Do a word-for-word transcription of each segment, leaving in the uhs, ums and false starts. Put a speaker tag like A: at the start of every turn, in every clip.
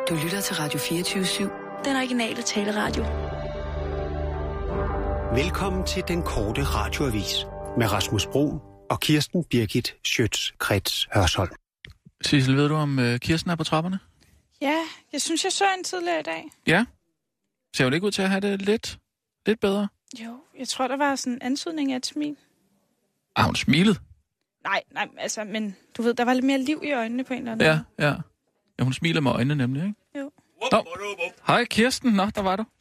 A: Du lytter til Radio fireogtyve syv.
B: Den originale taleradio.
C: Velkommen til den korte radioavis med Rasmus Bro og Kirsten Birgit Schøtz-Krets Hørsholm.
D: Sissel, ved du om uh, Kirsten er på trapperne?
E: Ja, jeg synes, jeg så en tidligere i dag.
D: Ja. Ser hun ikke ud til at have det lidt, lidt bedre?
E: Jo, jeg tror, der var sådan en ansøgning af et smil.
D: Ah, hun smilet?
E: Nej, nej, altså, men du ved, der var lidt mere liv i øjnene på en eller anden
D: Ja,
E: måde.
D: ja. Ja, hun smiler med øjnene nemlig, ikke?
E: Jo.
D: Nå. Hej Kirsten, nå, der var du.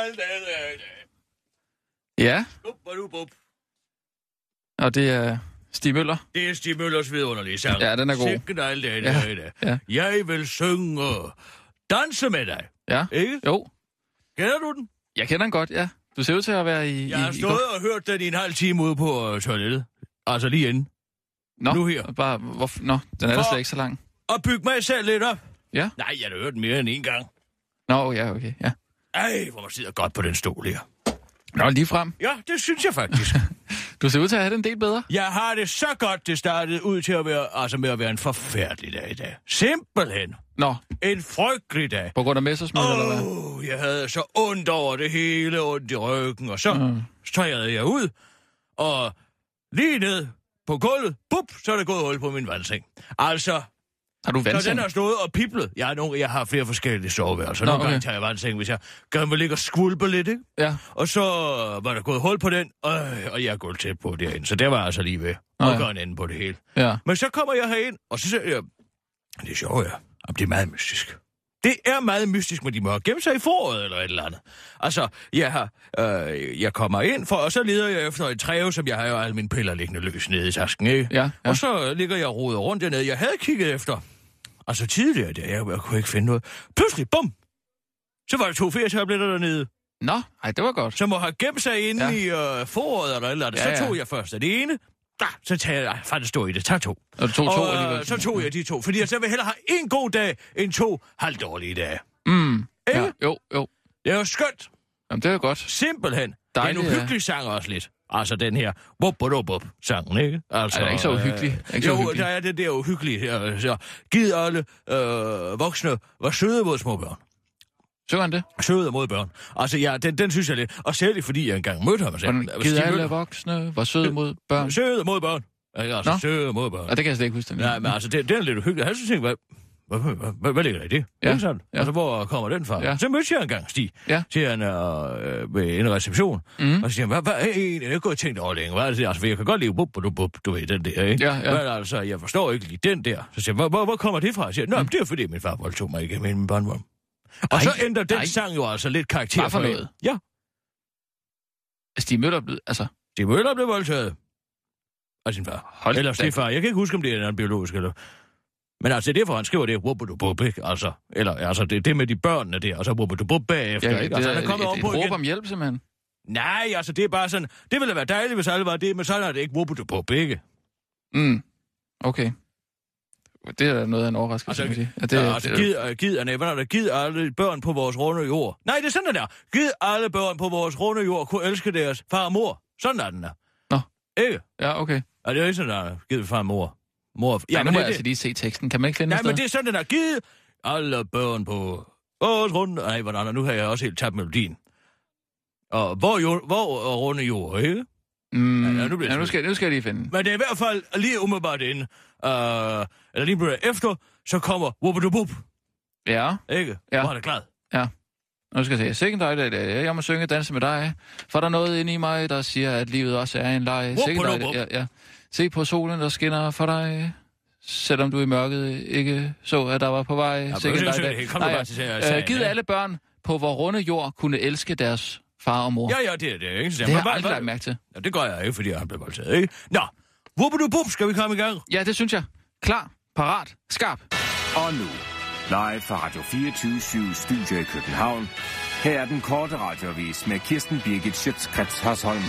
D: Ja. Og det er Stig Møller.
F: Det er Stig Møllers vidunderlige sang.
D: Ja, den er god.
F: Sikke dig dag,
D: Ja,
F: dag.
D: ja.
F: Jeg vil synge og danse med dig.
D: Ja,
F: ikke?
D: Jo.
F: Kender du den?
D: Jeg kender den godt, ja. Du ser ud til at være i...
F: Jeg har
D: i,
F: stået
D: i...
F: og hørt den i en halv time ude på uh, toilettet. Altså lige inden.
D: Nå,
F: nu her.
D: Bare, hvorfor? Nå, den er da slet ikke så lang.
F: Og bygge mig selv lidt op.
D: Ja?
F: Nej, jeg har hørt den mere end en gang.
D: Nå, ja, okay, ja.
F: Ej, hvor man sidder godt på den stol her.
D: Nå, lige frem.
F: Ja, det synes jeg faktisk.
D: Du ser ud til at have det en del bedre.
F: Jeg har det så godt, det startede ud til at være, altså med at være en forfærdelig dag i dag. Simpelthen.
D: Nå.
F: En frygtelig dag.
D: På grund af Messerschmidt,
F: oh,
D: eller hvad?
F: Jeg havde så ondt over det hele, ondt i ryggen, og så mm. træede jeg ud, og lige ned på gulvet, bup, så er der gået hul på min vandseng. Altså...
D: Har du vandseng?
F: Så den har stået og piblet. Jeg, nogle, jeg har flere forskellige soveværelser. Nogle okay. gange tager jeg vandseng, hvis jeg gerne vil ligge og skvulpe lidt, ikke?
D: Ja.
F: Og så var der gået hul på den, øh, og jeg er gået tæt på derinde. Så det var altså lige ved at
D: ja.
F: gøre en ende på det hele.
D: Ja.
F: Men så kommer jeg herind, og så siger jeg, det er sjovt, ja. Det er meget mystisk. Det er meget mystisk, men de må have gemt sig i foråret eller et eller andet. Altså, jeg, har, øh, jeg kommer ind, for, og så leder jeg efter et træve, som jeg har jo alle mine piller liggende løs nede i tasken, ikke?
D: Ja, ja.
F: Og så ligger jeg og roder rundt dernede. Jeg havde kigget efter... Altså tidligere der, jeg, jeg kunne ikke finde noget. Pludselig, bum! Så var der to ferietabletter dernede.
D: Nå, ej, det var godt.
F: Som må have gemt sig inde ja. i øh, foråret eller eller andet. Ja, så tog ja. jeg først af det ene. Da, så tager jeg, faktisk stod i det, tag to.
D: Og du tog to
F: og,
D: alligevel?
F: Så tog jeg de to, fordi jeg så vil hellere have en god dag, end to halvdårlige dage.
D: Mm, ja. Jo, jo.
F: Det er jo skønt.
D: Jamen, det er jo godt.
F: Simpelthen.
D: Dejligt,
F: det er en uhyggelig sang også lidt. Altså den her wup-wup-wup-sangen, ikke? Altså,
D: er det ikke så uhyggelig?
F: Øh, jo, uhyggelig. Der er det der uhyggelige her. Så, giv alle øh, voksne var søde mod små børn.
D: Synger han det?
F: Søde mod børn. Altså, ja, den, den synes jeg lidt. Og særligt fordi jeg engang mødte ham.
D: Giv alle voksne var søde mod børn.
F: Søde mod børn. Altså,
D: Nå?
F: søde mod børn.
D: Og det kan jeg slet ikke huske. Den.
F: Nej, men altså, det, det er lidt uhyggeligt. Jeg synes, tænkt, hvad... Hvad, hvad, hvad, hvad ligger der i det?
D: Ja.
F: Sådan?
D: Ja.
F: Altså, hvor kommer den fra?
D: Ja.
F: Så mødte jeg engang Stig
D: ja.
F: til en, øh, ved en reception. Mm. Og så siger han, hvad, hvad er det? Jeg har godt tænkt over længe. Hvad er det? Altså, jeg kan godt lide bup, bup, bup, du ved, den der, ikke?
D: Ja, ja.
F: Men altså, jeg forstår ikke lige den der. Så siger jeg, hvor, hvor kommer det fra? Jeg siger, nå, mm. det er fordi, min far voldtog mig ikke med min barnvogn. Og ej, så ændrer den ej. sang jo altså lidt karakter
D: for, for noget.
F: Ja.
D: Stig Møller blev, altså...
F: Stig Møller blev voldtaget af sin far. Hold eller stefar. Jeg kan ikke huske, om det er en biologisk eller... Men altså, det er derfor, han skriver det, wup-wup-wup, ikke? Altså, eller, altså, det, det med de børnene der, og så wup-wup-wup bagefter,
D: ja,
F: ikke? Altså,
D: det,
F: han er kommet
D: et, et, et råb om hjælp, simpelthen.
F: Nej, altså, det er bare sådan, det ville være dejligt, hvis alle var det, men sådan er det ikke wup-wup-wup, ikke?
D: Mm, okay. Det er noget af en overraskelse,
F: altså,
D: sige.
F: Ja, det, ja, altså,
D: det,
F: gid, uh, gid, nej, hvordan er det? Gid alle børn på vores runde jord. Nej, det er sådan, der. Gid alle børn på vores runde jord kunne elske deres far og mor. Sådan er den der.
D: Nå.
F: Ikke?
D: Ja, okay.
F: Og det er ikke sådan, der. Gid far og mor. Mor...
D: Ja, nu må jeg altså lige se teksten. Kan man ikke finde
F: Nej, men det er sådan, der. Giv alle børn på vores runde... Nej, hvordan? Nu har jeg også helt tabt melodien. Og hvor, jo, hvor runde jord, ikke?
D: Mm, ja, nu, ja, nu, skal, nu skal jeg lige finde.
F: Men det er i hvert fald lige umiddelbart inde. Uh, eller lige efter, så kommer wup-wup-wup.
D: Ja.
F: Ikke?
D: Ja.
F: Hvor er det klart?
D: Ja. Nu skal jeg se. Sikken dig, det er jeg må synge og danse med dig. For der er noget inde i mig, der siger, at livet også er en leg. Sikken dig, ja, ja. Se på solen, der skinner for dig. Selvom du i mørket ikke så, at der var på vej.
F: Ja,
D: Sikken dig, det er. Giv alle børn på vor runde jord kunne elske deres far og mor.
F: Ja, ja, det er det. Ikke?
D: Det har jeg aldrig lagt mærke til.
F: Ja, det gør jeg ikke, fordi han blev voldtaget, ikke? Nå, wup-wup-wup, skal vi komme i gang?
D: Ja, det synes jeg. Klar, parat, skarp.
G: Og nu, live fra Radio fireogtyve syv Studio i København. Her er den korte radioavis med Kirsten Birgit Schøtz-Krets Hørsholm.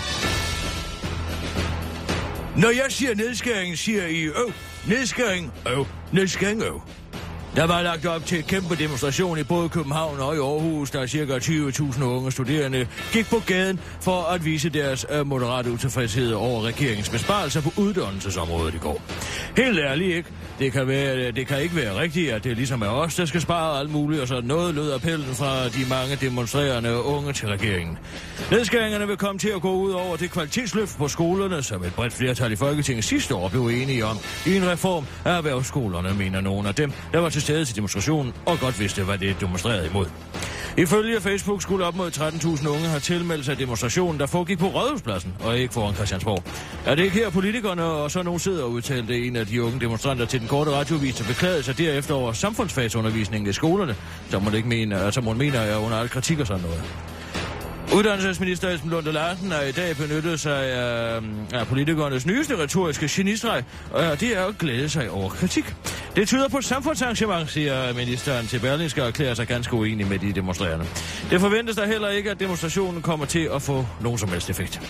F: Når jeg siger nedskæring, siger I øv. Nedskæring, øv. Nedskæring, øv. Der var lagt op til et kæmpe demonstration i både København og i Aarhus, der cirka tyve tusind unge studerende gik på gaden for at vise deres uh, moderate utilfredshed over regeringens besparelser på uddannelsesområdet i går. Helt ærligt ikke. Det kan, være, det kan ikke være rigtigt, at det ligesom er os, der skal spare alt muligt, og så noget lød appellen fra de mange demonstrerende unge til regeringen. Nedskæringerne vil komme til at gå ud over det kvalitetsløft på skolerne, som et bredt flertal i Folketinget sidste år blev enige om i en reform af erhvervsskolerne, mener nogle af dem, der var til stede til demonstrationen og godt vidste, hvad det demonstrerede imod. Ifølge Facebook skulle op mod tretten tusind unge have tilmeldt sig demonstrationen, der foregik på Rådhuspladsen og ikke foran Christiansborg. Er det ikke her politikerne og så nogen sidder og udtalte en af de unge demonstranter til den korte radioavis, der beklagede sig derefter over samfundsfagsundervisningen i skolerne, som hun ikke mener, som hun mener er under al kritik og sådan noget. Uddannelsesminister Esben Lunde Larsen har i dag benyttet sig af, af politikernes nyeste retoriske genistreg, og det er at glæde sig over kritik. Det tyder på samfundsarrangement, siger ministeren til Berlingske og erklærer sig ganske uenig med de demonstrerende. Det forventes der heller ikke, at demonstrationen kommer til at få nogen som helst effekt.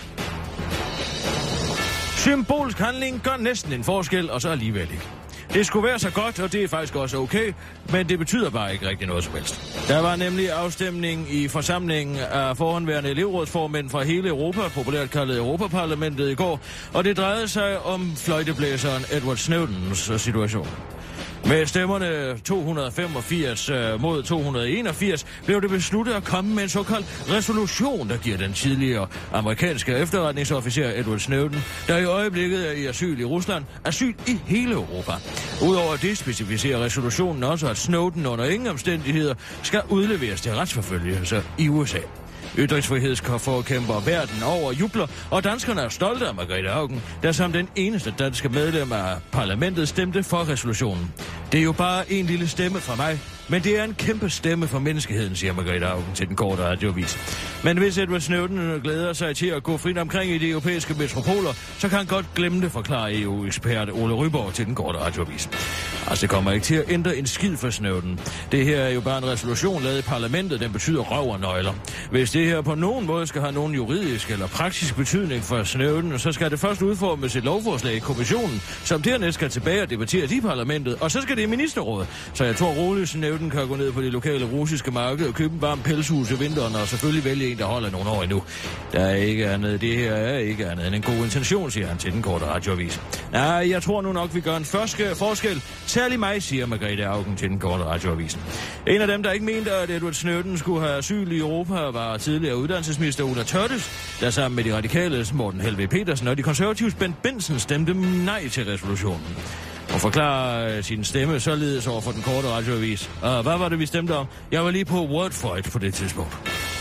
F: Symbolsk handling gør næsten en forskel, og så alligevel ikke. Det skulle være så godt, og det er faktisk også okay, men det betyder bare ikke rigtig noget som helst. Der var nemlig afstemning i forsamlingen af forhåndværende elevrådsformænd fra hele Europa, populært kaldet Europaparlamentet i går, og det drejede sig om fløjteblæseren Edward Snowdens situation. Med stemmerne to hundrede og femogfirs mod to hundrede og enogfirs blev det besluttet at komme med en såkaldt resolution, der giver den tidligere amerikanske efterretningsofficer Edward Snowden, der i øjeblikket er i asyl i Rusland, asyl i hele Europa. Udover det specificerer resolutionen også, at Snowden under ingen omstændigheder skal udleveres til retsforfølgelse i U S A. Ytringsfrihedsforkæmper verden over jubler, og danskerne er stolte af Margrethe Auken, der som den eneste danske medlem af parlamentet stemte for resolutionen. Det er jo bare en lille stemme fra mig, men det er en kæmpe stemme for menneskeheden, siger Margrethe Auken til den korte radioavis. Men hvis Edward Snowden glæder sig til at gå frit omkring i de europæiske metropoler, så kan han godt glemme det, forklarer E U-ekspert Ole Ryborg til den korte radioavis. Altså, det kommer ikke til at ændre en skid for Snowden. Det her er jo bare en resolution lavet i parlamentet, den betyder røv og nøgler. Hvis det her på nogen måde skal have nogen juridisk eller praktisk betydning for Snowden, så skal det først udformes et lovforslag i kommissionen, som dernæst skal tilbage og debatteres i parlamentet, og så skal det i ministerrådet. Så jeg tror roligt, Snowden kan gå ned på det lokale russiske marked og købe en varm pelshus i vinteren, og selvfølgelig vælge en, der holder nogle år endnu. Der er ikke andet. Det her er ikke andet end en god intention, siger han til den korte radioavis. Nej, jeg tror nu nok, vi gør en første forskel. Særlig mig, siger Margrethe Auken til den korte radioavis. En af dem, der ikke mente, at Edward Snowden skulle have asyl i Europa, var tidligere uddannelsesminister Ulla Tørtes, der sammen med de radikale Morten Helve Petersen og de konservatives Bent Benson stemte nej til resolutionen. Og forklarer sin stemme således over for den korte radioavis. Og hvad var det, vi stemte om? Jeg var lige på Wordfight på det tidspunkt.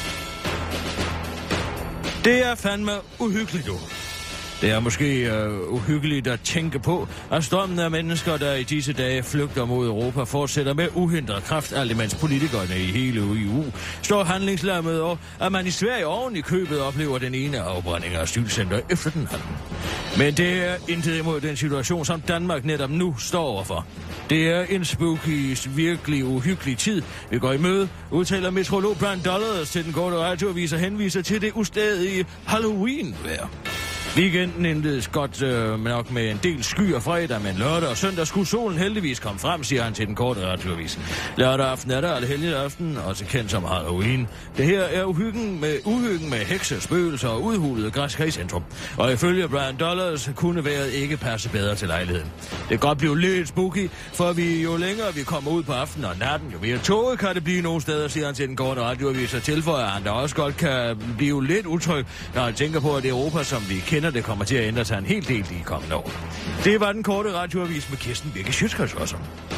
F: Det er fandme uhyggeligt, du. Det er måske uh, uhyggeligt at tænke på, at strømmen af mennesker, der i disse dage flygter mod Europa, fortsætter med uhindret kraft, alt imens politikerne i hele E U står handlingslammet, og at man i Sverige oven i købet oplever den ene afbrænding af asylcenter efter den anden. Men det er intet imod den situation, som Danmark netop nu står overfor. Det er en spooky, virkelig uhyggelig tid, vi går i møde, udtaler meteorolog Brian Dollars til den korte radioavis og henviser til det ustadige Halloween-vejr. Weekenden indledes godt øh, nok med en del skyer fredag, men lørdag og søndag skulle solen heldigvis komme frem, siger han til den korte radioavis. Lørdag aften er der alle aften, også kendt som Halloween. Det her er uhyggen med, uhyggen med hekse, spøgelser og udhulede græskar i centrum. Og ifølge Brian Dollars kunne vejret ikke passe bedre til lejligheden. Det kan godt blive lidt spooky, for vi jo længere vi kommer ud på aftenen og natten, jo mere toget kan det blive nogle steder, siger han til den korte radioavis, og tilføjer han, der også godt kan blive lidt utryg, når han tænker på, at Europa, som vi kender, det kommer til at ændre sig en hel del i kommende år. Det var den korte radioavis med Kirsten Birke Schøtz-Krets også.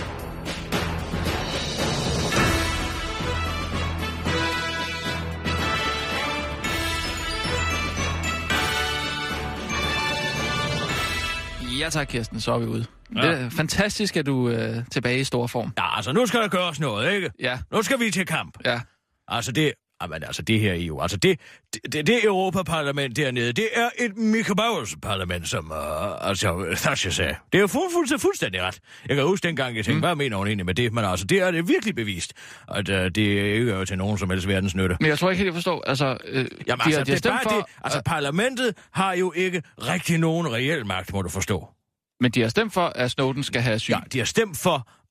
D: Ja tak, Kirsten, så er vi ude.
F: Ja.
D: Det er fantastisk, at du er øh, tilbage i stor form.
F: Ja, altså nu skal der gøres noget, ikke?
D: Ja.
F: Nu skal vi til kamp.
D: Ja.
F: Altså det... Jamen altså, det her E U, altså det, det, det Europaparlament dernede, det er et Mickey Mouse-parlament, som, uh, altså, Thatcher sagde. Det er jo fuld, fuld, fuldstændig ret. Jeg kan huske dengang, jeg tænkte, mm. hvad mener hun egentlig med det? Men altså, det er det virkelig bevist, at uh, det ikke er til nogen som helst verdens nytte.
D: Men jeg tror ikke helt, jeg forstår, altså... Øh,
F: Jamen
D: de,
F: altså,
D: de
F: det er bare
D: for,
F: det, altså, uh, parlamentet har jo ikke rigtig nogen reel magt, må du forstå.
D: Men de har stemt for, at Snowden skal have asyl.
F: Ja, de har stemt for,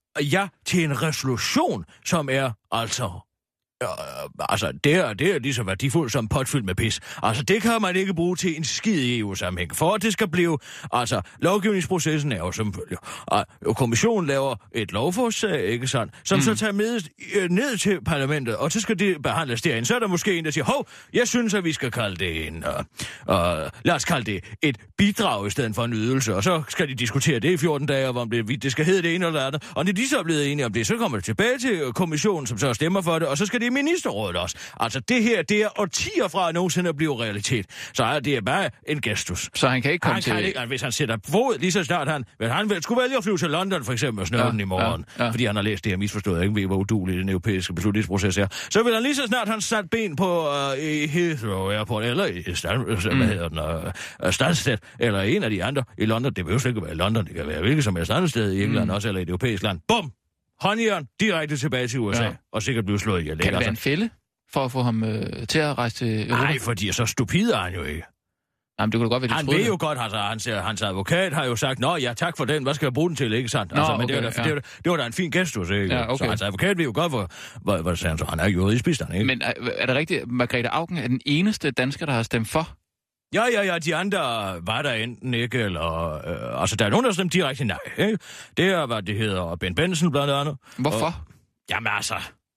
F: ja til en resolution, som er altså... Øh, altså, det er, det er lige så værdifuldt som potfyldt med pis. Altså, det kan man ikke bruge til en skid i E U-sammenhæng. For at det skal blive... Altså, lovgivningsprocessen er jo som følger. Og kommissionen laver et lovforslag, ikke sandt? Som mm. så tager med øh, ned til parlamentet, og så skal det behandles derinde. Så er der måske en, der siger, hov, jeg synes, at vi skal kalde det en... Øh, øh, lad os kalde det et bidrag i stedet for en ydelse. Og så skal de diskutere det i fjorten dage, om det, det skal hedde det ene eller det andet. Og når de så er blevet enige om det, så kommer det tilbage til kommissionen, som så stemmer for det, og så skal det i ministerrådet også. Altså, det her, det er årtier fra at nogensinde blive realitet. Så er det bare en gestus.
D: Så han kan ikke komme
F: han
D: til...
F: Kan ikke, hvis han sætter fod, lige så snart han... Hvis han vil, skulle vælge at flyve til London, for eksempel, og snøvlen ja, i morgen, ja, ja. fordi han har læst det her misforstået, ikke ved, hvor udueligt den europæiske beslutningsproces er, så vil han lige så snart han sat ben på uh, i Heathrow Airport, eller i Stan, mm. hvad hedder den, uh, Stansted, eller en af de andre i London. Det behøver ikke være i London, det kan være hvilket som helst andet sted i England mm. også, eller i et europæisk land. Bum! Håndjern direkte tilbage til U S A, ja. og sikkert blive slået ihjel.
D: Kan det være en fælde for at få ham øh, til at rejse til Europa?
F: Nej, fordi så stupid er han jo ikke.
D: Jamen, det kunne da godt være, de
F: han
D: troede
F: ved jo godt, altså, hans, hans advokat har jo sagt, nå ja, tak for den, hvad skal jeg bruge den til, ikke sandt? Altså,
D: nå,
F: men
D: okay,
F: det, var da,
D: ja.
F: det, var, det var da en fin gestus, ikke?
D: Ja, okay.
F: Så hans advokat ved jo godt, hvor, hvor, hvor sagde han så, han er jo i spidsen, ikke?
D: Men er, er det rigtigt, Margrethe Auken er den eneste dansker, der har stemt for?
F: Ja, ja, ja, de andre var der enten ikke, eller... Øh, altså, der er nogen, der stemte direkte nej, ikke? Det er, hvad det hedder, Ben Benson blandt andet.
D: Hvorfor?
F: Og, jamen altså...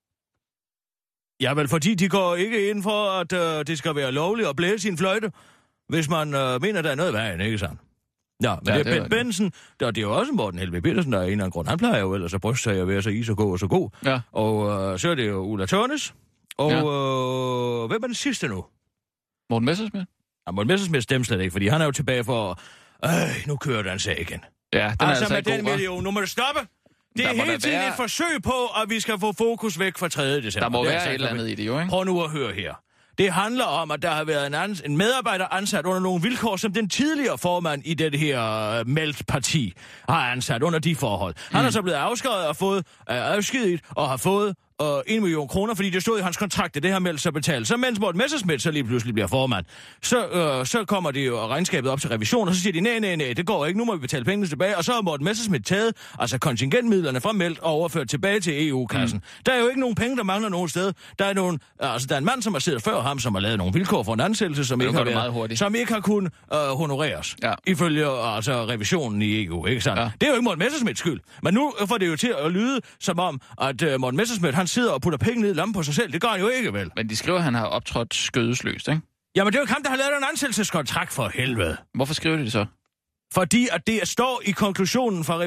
F: Ja, vel, fordi de går ikke ind for, at øh, det skal være lovligt at blæse sin fløjte, hvis man øh, mener, der er noget i vejen, ikke sandt? Ja, men ja, det er Ben Benson, der, det er jo også Morten Helveg Petersen, der er en eller anden grund. Han plejer jo ellers at bryste sig at være så is og gå og så god.
D: Ja.
F: Og øh, så er det jo Ulla Tørnes. Og ja. øh, hvem er den sidste nu?
D: Morten Messerschmidt?
F: Ja, Morten Messerschmidt stemmer slet ikke, fordi han er jo tilbage for... Øh, nu kører der en sag igen.
D: Ja, den er
F: altså,
D: altså
F: med
D: ikke
F: den million, nu må det stoppe! Det er hele tiden være... et forsøg på, at vi skal få fokus væk fra tredje december.
D: Der må
F: det
D: være et eller andet i det, jo, ikke?
F: Prøv nu at høre her. Det handler om, at der har været en, ans- en medarbejder ansat under nogle vilkår, som den tidligere formand i det her uh, meldt parti har ansat under de forhold. Han mm. er så blevet afskrevet og fået uh, afskediget og har fået uh, en million kroner, fordi det stod i hans kontrakt, at det har meldt sig betalt. Så mens Morten Messerschmidt så lige pludselig bliver formand, så, uh, så kommer det jo regnskabet op til revision, og så siger de, nej, nej, nej, det går ikke, nu må vi betale pengene tilbage. Og så har Morten Messerschmidt taget altså kontingentmidlerne fra meldt og overført tilbage til E U-kassen. Mm. Der er jo ikke nogen penge, der mangler nogen sted. Der er, nogen, altså, der er en mand, som har siddet før ham, som har lavet nogle vilkår for en ansættelse, som, ikke har, været, som ikke har kunnet uh, honoreres, ja. ifølge altså, revisionen i E U, ikke sandt? Ja. Det er jo ikke Morten Messerschmidts skyld. Men nu får det jo til at lyde som om, at uh, Morten Messerschmidt, han sidder og putter penge ned i lampen på sig selv. Det gør han jo ikke, vel?
D: Men de skriver, at han har optrådt skødesløst, ikke?
F: Jamen, det er jo ham, der har lavet en ansættelseskontrakt for helvede.
D: Hvorfor skriver de det så?
F: Fordi at det står i konklusionen fra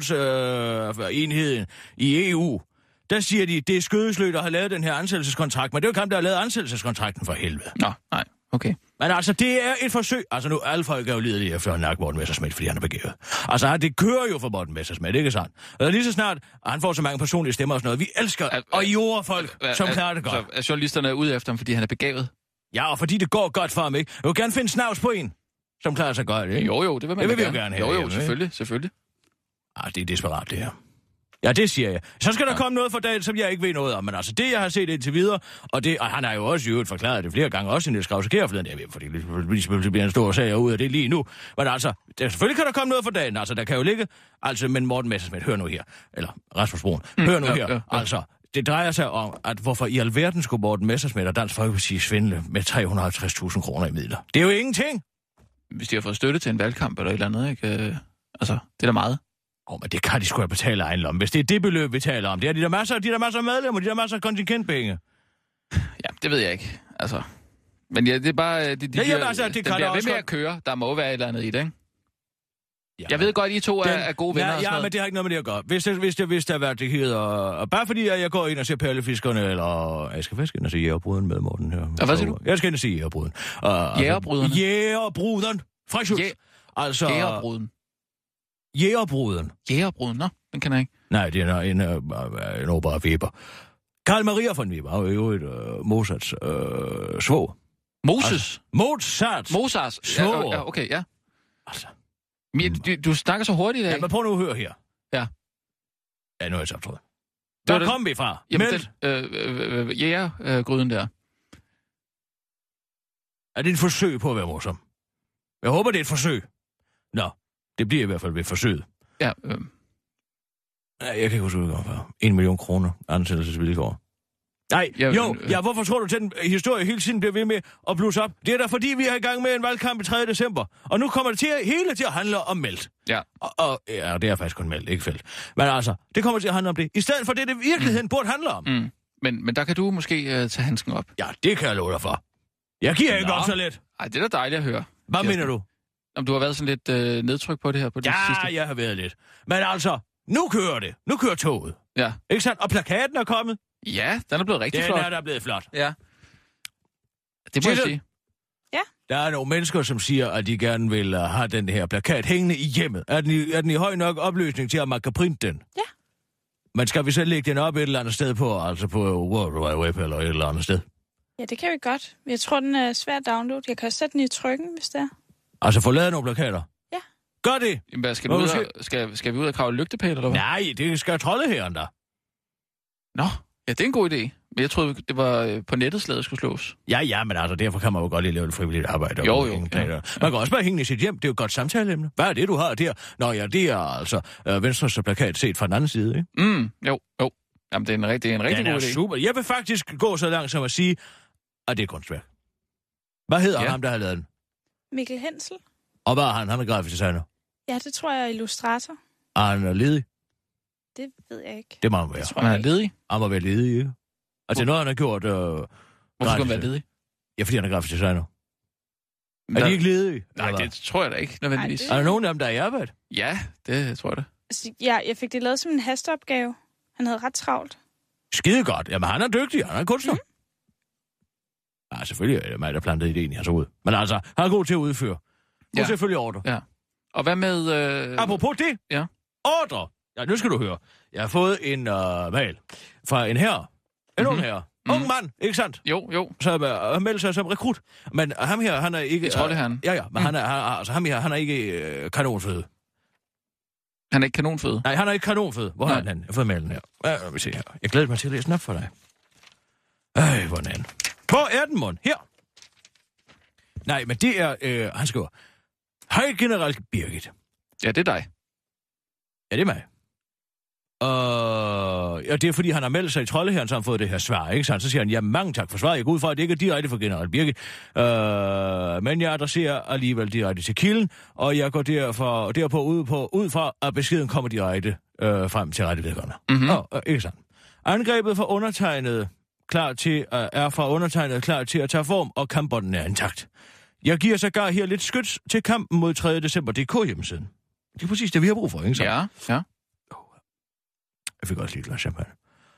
F: revisionsenheden øh, i E U. Der siger de, det er skødesløst, der har lavet den her ansættelseskontrakt, men det er jo ham, der har lavet ansættelseskontrakten for helvede.
D: Nå, nej, okay.
F: Men altså, det er et forsøg. Altså nu, alle folk er jo lidelige efter at nakke Morten Messerschmidt, fordi han er begavet. Altså, det kører jo for Morten Messerschmidt, ikke sandt? Og lige så snart, han får så mange personlige stemmer og sådan noget. Vi elsker al, og jorder folk, al, som klarer det godt.
D: Så er journalisterne ude efter ham, fordi han er begavet?
F: Ja, og fordi det går godt for ham, ikke? Jeg vil gerne finde snavs på en, som klarer sig godt, ikke?
D: Jo, jo, det vil man
F: det vil
D: gerne.
F: vi jo gerne have.
D: Jo, jo,
F: hjemme,
D: selvfølgelig, ikke? selvfølgelig.
F: Ah, det er desperat, det her. Ja, det siger jeg. Så skal der ja. komme noget for dagen, som jeg ikke ved noget om. Men altså, det jeg har set indtil videre, og, det, og han har jo også i øvrigt forklaret det flere gange, også i Niels Krause Kjærfleden, jeg ved, fordi det bliver en stor sag ud af det lige nu. Men altså, der, selvfølgelig kan der komme noget for dagen. Altså, der kan jo ligge... Altså, men Morten Messerschmidt, hør nu her. Eller Rasmus Broen, mm, hør nu ja, her. Ja, ja. Altså, det drejer sig om, at hvorfor i alverden skulle Morten Messerschmidt og Dansk Folkeparti svindle med tre hundrede og halvtreds tusind kroner i midler. Det er jo ingenting.
D: Hvis de har fået støtte til en valgkamp eller et eller andet, ikke? Altså, det er da meget.
F: Åh, oh, men det kan de sgu da betale egen lomme. Hvis det er det beløb, vi taler om. Det er de der masser, de der masser af medlemmer, de der masser af kontingentpenge.
D: Ja, det ved jeg ikke. Altså, men ja, det er bare... De, de,
F: ja, ja, altså, det
D: den
F: kan
D: bliver ved
F: også
D: med at køre. Der må være et eller andet i det, ikke?
F: Ja,
D: jeg ved godt, I to er, den, er gode venner
F: ja,
D: og sådan
F: ja, men det har ikke noget med det at gøre. Hvis det, hvis det, hvis det har været det hedder... Og bare fordi jeg går ind og ser Perlefiskerne, eller... Jeg skal faktisk ind og se Jægerbruden med Morten her.
D: Ja, hvad siger du?
F: Jeg skal ind og se Jægerbruden.
D: Uh, Jægerbruderne?
F: Jægerbruden. Frisk
D: Jæ-
F: altså...
D: Jægerbruden.
F: Jægerbruden.
D: Jægerbruden, nå, den kan jeg ikke.
F: Nej, det er en, en, en opera Weber. Karl Maria von Weber er jo et uh, Mozarts uh, svog.
D: Moses?
F: Altså, Mozart.
D: Mozarts?
F: Svog.
D: Ja, ja, okay, ja.
F: Altså.
D: Men, du, du snakker så hurtigt i dag.
F: Ja, men prøv nu at høre her.
D: Ja.
F: Ja, nu er jeg så optrådt. Der det... kom vi fra.
D: Jamen, den øh, øh, øh, jægergryden der.
F: Er det et forsøg på at være morsom? Jeg håber, det er et forsøg. Nå, det bliver i hvert fald ved forsøget.
D: Ja, øh.
F: Nej, jeg kan ikke huske, hvad det var. En million kroner ansættelsesvilkår. Nej, Jamen, jo, øh... ja, hvorfor tror du, at den historie hele tiden bliver ved med at blusse op? Det er da fordi, vi er i gang med en valgkamp i tredje december. Og nu kommer det til at, hele til at handle om Meldt.
D: Ja.
F: Og, og ja, det er faktisk kun Meldt, ikke Felt. Men altså, det kommer til at handle om det. I stedet for det, det virkeligheden mm. burde handle om.
D: Mm. Men, men der kan du måske uh, tage handsken op.
F: Ja, det kan jeg love dig for. Jeg giver Nå. ikke op så let.
D: Ej, det er da dejligt at høre.
F: Hvad Kirsten. mener du?
D: Om du har været sådan lidt øh, nedtryk på det her på det
F: ja,
D: sidste?
F: Ja, jeg har været lidt. Men altså, nu kører det. Nu kører toget.
D: Ja.
F: Ikke sandt? Og plakaten er kommet.
D: Ja, den er blevet rigtig
F: den
D: flot.
F: Den er der blevet flot.
D: Ja. Det må jeg sige.
E: Ja.
F: Der er nogle mennesker, som siger, at de gerne vil uh, have den her plakat hængende i hjemmet. Er den i, er den i høj nok opløsning til, at man kan printe den?
E: Ja.
F: Men skal vi så lægge den op et eller andet sted på, altså på World Wide Web eller et eller andet sted?
E: Ja, det kan vi godt. Jeg tror, den er svær at downloade. Jeg kan også sætte den i trykken, hvis det er.
F: Altså få lavet nogle plakater?
E: Ja.
F: Gør det!
D: Jamen, skal, vi ud af, skal, skal vi ud og kravle lygtepæl, eller hvad?
F: Nej, det skal Troldeherren der.
D: Nå, ja, det er en god idé. Men jeg troede, det var på nettet, slaget skulle slås.
F: Ja, ja, men altså, derfor kan man jo godt lige lave et frivilligt arbejde.
D: Jo, jo.
F: Ja. Man kan også bare hænge i sit hjem. Det er jo et godt samtaleemne. Hvad er det, du har der? Nå ja, det er altså øh, Venstres plakat set fra den anden side, ikke?
D: Mm, jo, jo. Jamen, det er en, det er en rigtig
F: den
D: god idé.
F: Super. Jeg vil faktisk gå så langt som at sige, at det er kunstværk. Hvad hedder ja. ham, der har lavet den?
E: Mikkel Hensel.
F: Og hvad er han? Han er grafisk designer.
E: Ja, det tror jeg er illustrator.
F: Er han er ledig?
E: Det ved jeg ikke.
F: Det må han være.
E: Det tror
D: han
E: er
D: ledig?
F: Han må være ledig, ikke? Altså, det er noget, han har gjort... Øh,
D: Hvorfor skal han være ledig?
F: Ja, fordi han er grafisk designer.
D: Men
F: er
D: der...
F: de ikke ledige?
D: Nej, eller? Det tror jeg da ikke, nødvendigvis.
E: Ej,
F: det... Er der nogen af dem, der er i arbejde?
D: Ja, det tror jeg da.
E: Altså, ja, jeg fik det lavet som en hasteopgave. Han havde ret travlt.
F: Skide godt. Jamen, han er dygtig. Han er kunstner. Mm. Ja, selvfølgelig er det mig, der plantede ideen i hans hoved. Men altså, han er god til at udføre. God ja. selvfølgelig ordre.
D: Ja. Og hvad med... Øh...
F: Apropos det.
D: Ja.
F: Ordre. Ja, nu skal du høre. Jeg har fået en uh, mail fra en herre. En mm-hmm. ung herre. Ung mm. mand, ikke sandt?
D: Jo, jo.
F: Så har uh, meldt sig som rekrut. Men uh, ham her, han er ikke...
D: Jeg tror, uh, det er han.
F: Ja, ja, men mm. han er, han, altså, ham her, han er ikke uh, kanonføde.
D: Han er ikke kanonføde?
F: Nej, han er ikke kanonføde. Hvor har han den? Jeg har fået mailen her. Ja, lad mig se her. Jeg glæder mig til at læse den op for dig. Ej, hvordan? Hvor er den, mund? Her. Nej, men det er... Øh, han skriver... Hej, general Birgit.
D: Ja, det er dig.
F: Ja, det er mig. Og uh, ja, det er, fordi han har meldt sig i Troldeherren, så han har fået det her svar, ikke sant? Så siger han, ja, mange tak for svaret. Jeg går ud fra, at det ikke er direkte for general Birgit. Uh, men jeg adresserer alligevel direkte til kilden, og jeg går derfor, derpå ud, på, ud fra, at beskeden kommer direkte uh, frem til rette vedkommende.
D: Mm-hmm.
F: Oh, uh, ikke sandt. Angrebet fra undertegnet klar til, uh, er fra undertegnet klar til at tage form, og kampbånden er intakt. Jeg giver sågar her lidt skyts til kampen mod tredje december punktum d k hjemmesiden. Det er præcis det, vi har brug for, ikke sant?
D: Ja, ja.
F: Jeg fik også lige et glas champagne.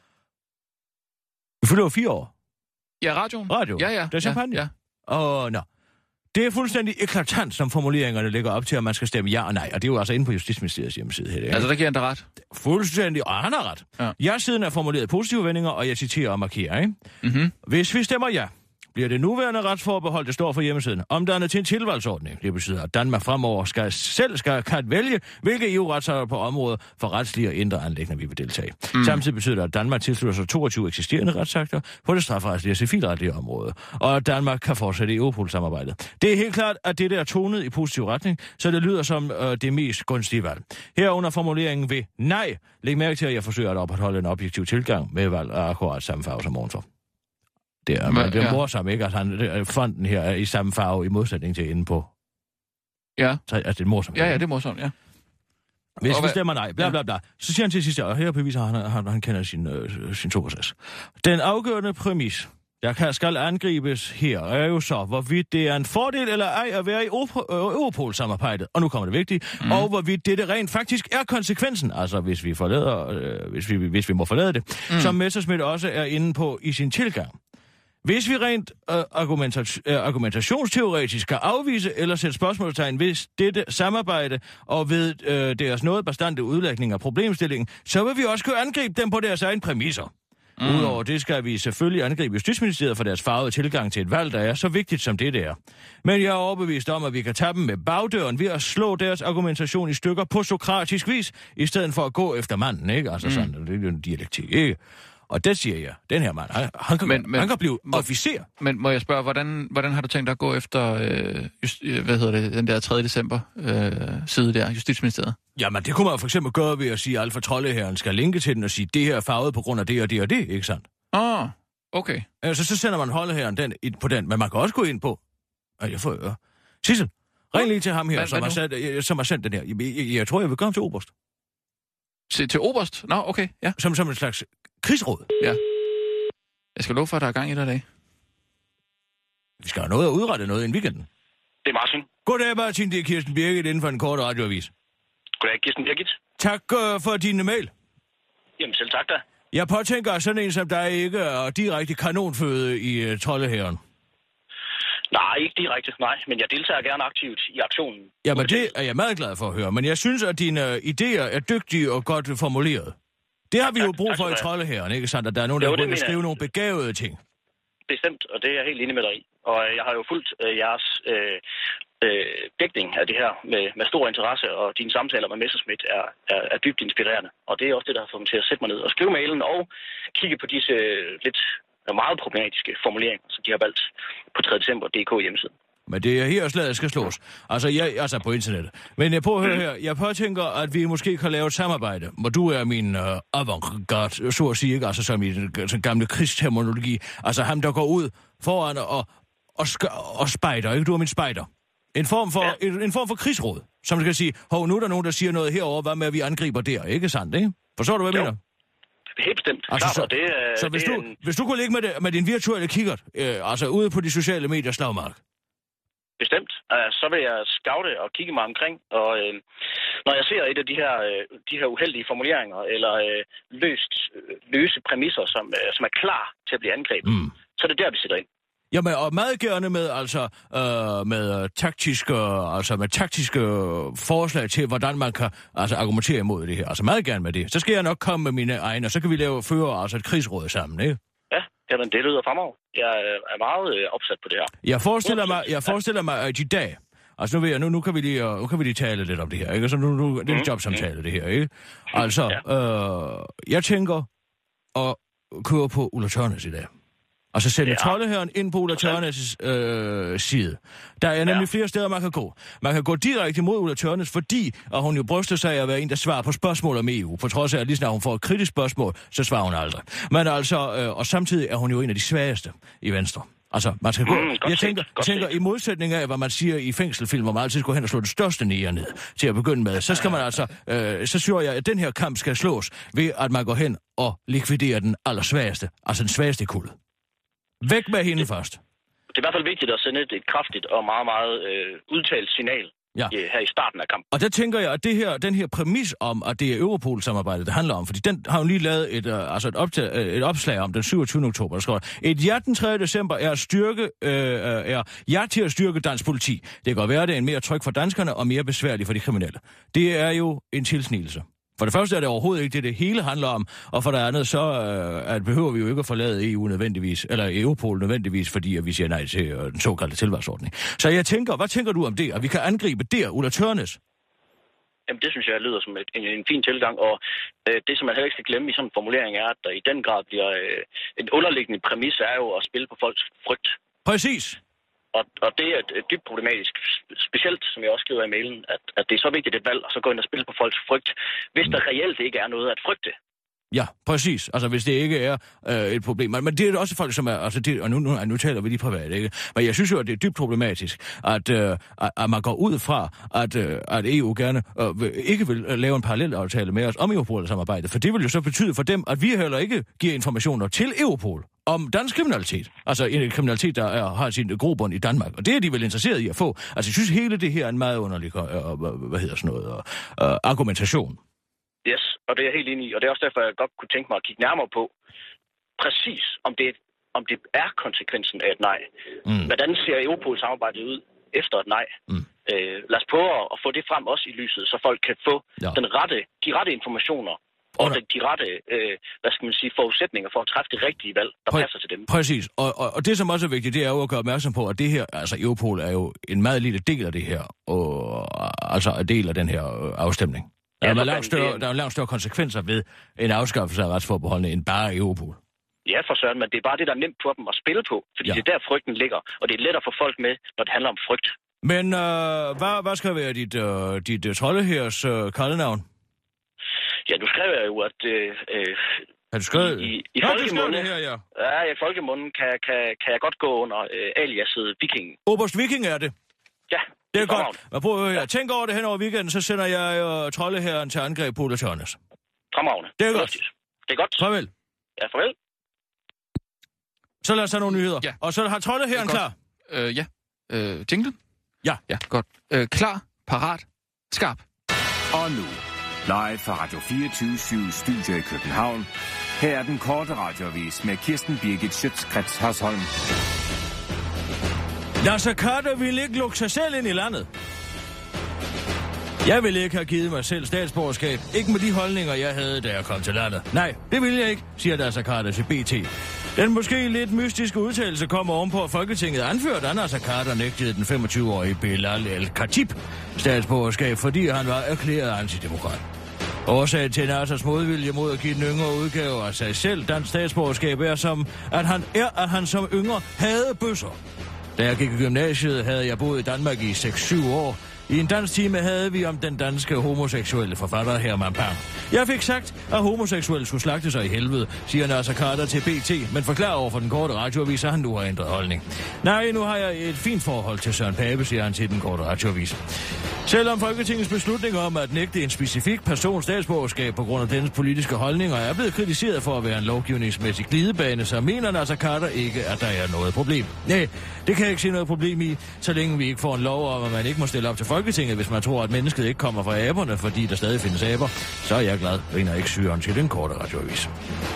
F: Vi fylder jo fire år.
D: Ja, radioen.
F: Radio.
D: Ja, ja.
F: Det er champagne.
D: Ja,
F: ja. Og nå. Det er fuldstændig eklatant, som formuleringerne lægger op til, at man skal stemme ja og nej. Og det er jo altså inde på Justitsministeriets hjemmeside her. Ikke?
D: Altså, der giver han da ret.
F: Fuldstændig, og han har ret. Ja. Ja-siden er formuleret positive vendinger, og jeg citerer og markerer, ikke?
D: Mm-hmm.
F: Hvis vi stemmer ja, bliver det nuværende retsforbehold, det står for hjemmesiden, omdannet til en tilvalgsordning. Det betyder, at Danmark fremover skal, selv skal kan vælge, hvilke E U-retsakter på området for retslige og indre anliggender vi vil deltage. Mm. Samtidig betyder det, at Danmark tilslutter sig toogtyve eksisterende retsakter på det strafferetlige og civilretlige område, og at Danmark kan fortsætte i Europol-samarbejdet. Det er helt klart, at det er tonet i positiv retning, så det lyder som øh, det mest gunstige valg. Herunder formuleringen ved nej. Læg mærke til, at jeg forsøger at opretholde en objektiv tilgang med valg af akkurat samme farve som motor. Det er, men, det er ja. morsomt, ikke? Altså, han, fonden her er i samme farve i modsætning til inde på.
D: Ja.
F: Så, altså, det er morsomt.
D: Ja, ja, det er morsomt, ja.
F: Hvis vi stemmer nej, bla bla bla. Så siger han til sidst, og her beviser han, at han, han kender sin, øh, sin sukkersats. Den afgørende præmis, der kan, skal angribes her, er jo så, hvorvidt det er en fordel eller ej at være i Europol-samarbejdet. Og nu kommer det vigtige. Mm. Og hvorvidt det rent faktisk er konsekvensen, altså hvis vi, forlader, øh, hvis vi, hvis vi må forlade det, mm. som Messerschmidt også er inde på i sin tilgang. Hvis vi rent øh, argumenta- øh, argumentationsteoretisk skal afvise eller sætte spørgsmålstegn ved dette samarbejde og ved øh, deres noget bestandte udlægning af problemstillingen, så vil vi også kunne angribe dem på deres egen præmisser. Mm. Udover det skal vi selvfølgelig angribe Justitsministeriet for deres farvede tilgang til et valg, der er så vigtigt som det der. Men jeg er overbevist om, at vi kan tage dem med bagdøren ved at slå deres argumentation i stykker på sokratisk vis, i stedet for at gå efter manden, ikke? Altså sådan, mm. det er jo en dialektik, ikke? Og det siger jeg, den her mand, han, han, kan, men, men, han kan blive må, officer.
D: Men må jeg spørge, hvordan, hvordan har du tænkt dig at gå efter, øh, just, hvad hedder det, den der tredje december øh, side der, Justitsministeriet?
F: Jamen, det kunne man for eksempel gøre ved at sige, at Alfa Trolleherren skal linke til den og sige, det her er farvet på grund af det og det og det, ikke sandt?
D: Åh, oh, okay.
F: Altså, så sender man Trolleherren den, på den, men man kan også gå ind på... Ej, jeg får øre. Sissel, ring lige til ham her, hvad, som, hvad har sat, som har sendt den her. Jeg, jeg, jeg tror, jeg vil komme til Oberst.
D: Til, til Oberst? Nå, okay, ja.
F: Som, som en slags krigsråd.
D: Ja. Jeg skal love for, at der er gang i det i dag.
F: Vi skal have noget at udrette noget i weekenden.
H: Det er Martin.
F: Goddag, Martin. Det er Kirsten Birgit inden for en kort radioavis.
H: Goddag, Kirsten Birgit.
F: Tak uh, for din mail.
H: Jamen, selv tak da.
F: Jeg påtænker, at sådan en som dig ikke er direkte kanonføde i uh, Trolleherren.
H: Nej, ikke direkte, nej. Men jeg deltager gerne aktivt i aktionen.
F: Jamen, det er jeg meget glad for at høre. Men jeg synes, at dine uh, idéer er dygtige og godt formuleret. Det har vi jo brug for i Trolleherren, ikke sandt? At der er nogen, der jo, vil skrive nogle begavede ting.
H: Bestemt, og det er jeg helt enig med dig i. Og jeg har jo fulgt øh, jeres øh, øh, dækning af det her med, med stor interesse, og dine samtaler med Messerschmidt er, er, er dybt inspirerende. Og det er også det, der har fået mig til at sætte mig ned og skrive mailen og kigge på disse øh, lidt meget problematiske formuleringer, som de har valgt på tredje december punktum d k hjemmesiden.
F: Men det er her slaget skal slås. Altså, jeg, altså på internettet. Men jeg prøver at høre her. Jeg påtænker, at vi måske kan lave et samarbejde, hvor du er min uh, avantgarde, så at sige, ikke? Altså som i den gamle krigsterminologi. Altså ham, der går ud foran og, og, sk- og spejder, ikke? Du er min spejder. En form for, ja. en, en form for krigsråd, som skal sige, hov, nu er der nogen, der siger noget herover, hvad med, at vi angriber der, ikke sandt, ikke? Forstår du, hvad jeg mener?
H: Helt bestemt.
F: Altså,
H: Klar,
F: så,
H: det, uh,
F: så hvis,
H: det
F: du,
H: en...
F: hvis du kunne ligge med, det, med din virtuelle kikkert, øh, altså ude på de sociale medier slagmark,
H: Bestemt. Uh, så vil jeg scoute og kigge mig omkring, og uh, når jeg ser et af de her, uh, de her uheldige formuleringer, eller uh, løst, uh, løse præmisser, som, uh, som er klar til at blive angrebet, mm. så er det der, vi sætter ind.
F: Jamen, og meget gerne med, altså, øh, med taktiske, altså med taktiske forslag til, hvordan man kan altså, argumentere imod det her. Altså meget gerne med det. Så skal jeg nok komme med mine egne, og så kan vi lave føre altså, et krigsråd sammen, ikke?
H: Ja, jamen det lyder fremover. Jeg er meget øh, opsat på det her.
F: Jeg forestiller mig, jeg forestiller mig, at i dag, altså nu ved jeg, nu, nu, kan vi lige, nu kan vi lige tale lidt om det her, ikke? Altså nu, nu det er en mm, jobsamtale, mm. det her, ikke? Altså, ja. øh, jeg tænker at køre på Ulla Tørnæs i dag. Og så sender ja. Trolleherren ind på Ulla Tørnæs' øh, side. Der er nemlig ja. flere steder, man kan gå. Man kan gå direkte imod Ulla Tørnæs, fordi at hun jo bryster sig af at være en, der svarer på spørgsmål om E U. På trods af, at lige snart hun får et kritisk spørgsmål, så svarer hun aldrig. Men altså, øh, og samtidig er hun jo en af de svageste i Venstre. Altså, man skal gå... Mm, jeg tænker, jeg tænker i modsætning af, hvad man siger i fængselfilm, hvor man altid skal hen og slå det største nære ned til at begynde med, så skal man altså... Øh, så siger jeg, at den her kamp skal slås ved, at man går hen og likviderer den allersvageste, altså den svageste i kuldet. Væk med hende det, først.
H: Det er i hvert fald vigtigt at sende et kraftigt og meget, meget øh, udtalt signal ja. i, her i starten af kampen.
F: Og der tænker jeg, at det her, den her præmis om, at det er Europol-samarbejdet, det handler om, fordi den har jo lige lavet et, uh, altså et, optag, uh, et opslag om den syvogtyvende oktober, der skriver, et ja den tredje december er, styrke, uh, er ja til at styrke dansk politi. Det kan være, det er en mere tryg for danskerne og mere besværligt for de kriminelle. Det er jo en tilsnigelse. For det første er det overhovedet ikke det, det hele handler om, og for det andet, så øh, at behøver vi jo ikke at forlade E U nødvendigvis, eller Europol nødvendigvis, fordi at vi siger nej til øh, den såkaldte tilvalgsordning. Så jeg tænker, hvad tænker du om det, at vi kan angribe der, Ulla Tørnæs?
H: Jamen det synes jeg lyder som et, en, en fin tilgang, og øh, det som man heller ikke skal glemme i sådan en formulering er, at der i den grad bliver øh, en underliggende præmis er jo at spille på folks frygt.
F: Præcis.
H: Og, og det er dybt problematisk, specielt, som jeg også skriver i mailen, at, at det er så vigtigt et valg, og så gå ind og spille på folks frygt, hvis der reelt ikke er noget at frygte.
F: Ja, præcis. Altså, hvis det ikke er øh, et problem. Men, men det er også folk, som er... Altså, det, og nu, nu, nu taler vi lige privat, ikke? Men jeg synes jo, at det er dybt problematisk, at, øh, at, at man går ud fra, at, øh, at E U gerne øh, ikke vil lave en parallelaftale med os om Europol-samarbejdet. For det vil jo så betyde for dem, at vi heller ikke giver informationer til Europol om dansk kriminalitet. Altså en kriminalitet, der er, har sin grobund i Danmark. Og det er de vel interesseret i at få. Altså, jeg synes, hele det her er en meget underlig øh, hvad hedder sådan noget, øh, argumentation.
H: Yes, og det er jeg helt enig i, og det er også derfor, jeg godt kunne tænke mig at kigge nærmere på, præcis om det, om det er konsekvensen af et nej. Mm. Hvordan ser Europol-samarbejdet ud efter et nej? Mm. Øh, lad os prøve at få det frem også i lyset, så folk kan få ja. den rette, de rette informationer og de, de rette øh, hvad skal man sige, forudsætninger for at træffe det rigtige valg, der Præ- passer til dem.
F: Præcis, og, og, og det som også er vigtigt, det er jo at gøre opmærksom på, at det her, altså Europol er jo en meget lille del af det her, og altså en del af den her afstemning. Der er, langt større, der er langt større konsekvenser ved en afskaffelse af retsforbeholdene end bare Europol.
H: Ja, for søren, men det er bare det, der er nemt for dem at spille på, fordi ja. det er der frygten ligger, og det er lettere for folk med, når det handler om frygt.
F: Men øh, hvad, hvad skal være dit, øh, dit uh, troldehærs øh, kaldenavn?
H: Ja, nu skrev jeg jo, at øh,
F: har du skrevet?
H: i, i, i folkemunden,
F: her, ja.
H: Ja, i folkemunden kan, kan, kan jeg godt gå under øh, aliaset Viking.
F: Oberst Viking er det?
H: Ja.
F: Det er godt. Men prøv at høre, ja. Tænk over det hen over weekenden, så sender jeg øh, troldehæren til angreb på Ulla Tørnes.
H: Fremragende.
F: Det er godt.
H: Det er godt.
F: Farvel.
H: Ja, farvel.
F: Så lad os have nogle nyheder.
D: Ja.
F: Og så har troldehæren klar.
D: Øh, ja. Øh, jingle?
F: Ja.
D: Ja, godt. Øh, klar, parat, skarp.
G: Og nu, live fra Radio fireogtyve syv Studio i København. Her er den korte radioavis med Kirsten Birgit Schøtz-Krets Hasholm.
F: Nasser Carter ville ikke lukke sig selv ind i landet. Jeg ville ikke have givet mig selv statsborgerskab. Ikke med de holdninger, jeg havde, da jeg kom til landet. Nej, det ville jeg ikke, siger Nasser Carter til B T. Den måske lidt mystiske udtalelse kommer ovenpå, at Folketinget anført, at Nasser Carter nægtede den femogtyve-årige Bilal El-Khatib statsborgerskab, fordi han var erklæret antidemokrat. Årsagen til Nassers modvilje mod at give den yngre udgave af sig selv dansk statsborgerskab er, som, at, han er, at han som yngre havde bøsser. Da jeg gik i gymnasiet, havde jeg boet i Danmark i seks syv år. I en dansk time havde vi om den danske homoseksuelle forfatter Herman Bang. Jeg fik sagt, at homoseksuelle skulle slagte sig i helvede, siger Nasser Carter til B T, men forklarer over for den korte radioavis, at han nu har ændret holdning. Nej, nu har jeg et fint forhold til Søren Pape, siger han til den korte radioavis. Selvom Folketingets beslutning om at nægte en specifik person statsborgerskab på grund af dennes politiske holdninger er blevet kritiseret for at være en lovgivningsmæssig glidebane, så mener Nasser Carter ikke, at der er noget problem. Nej, det kan jeg ikke se noget problem i, så længe vi ikke får en lov om, at man ikke må stille op til Folketinget, hvis man tror, at mennesket ikke kommer fra aberne, fordi der stadig findes aber. Så er jeg glad, griner ikke syren til den korte radioavis.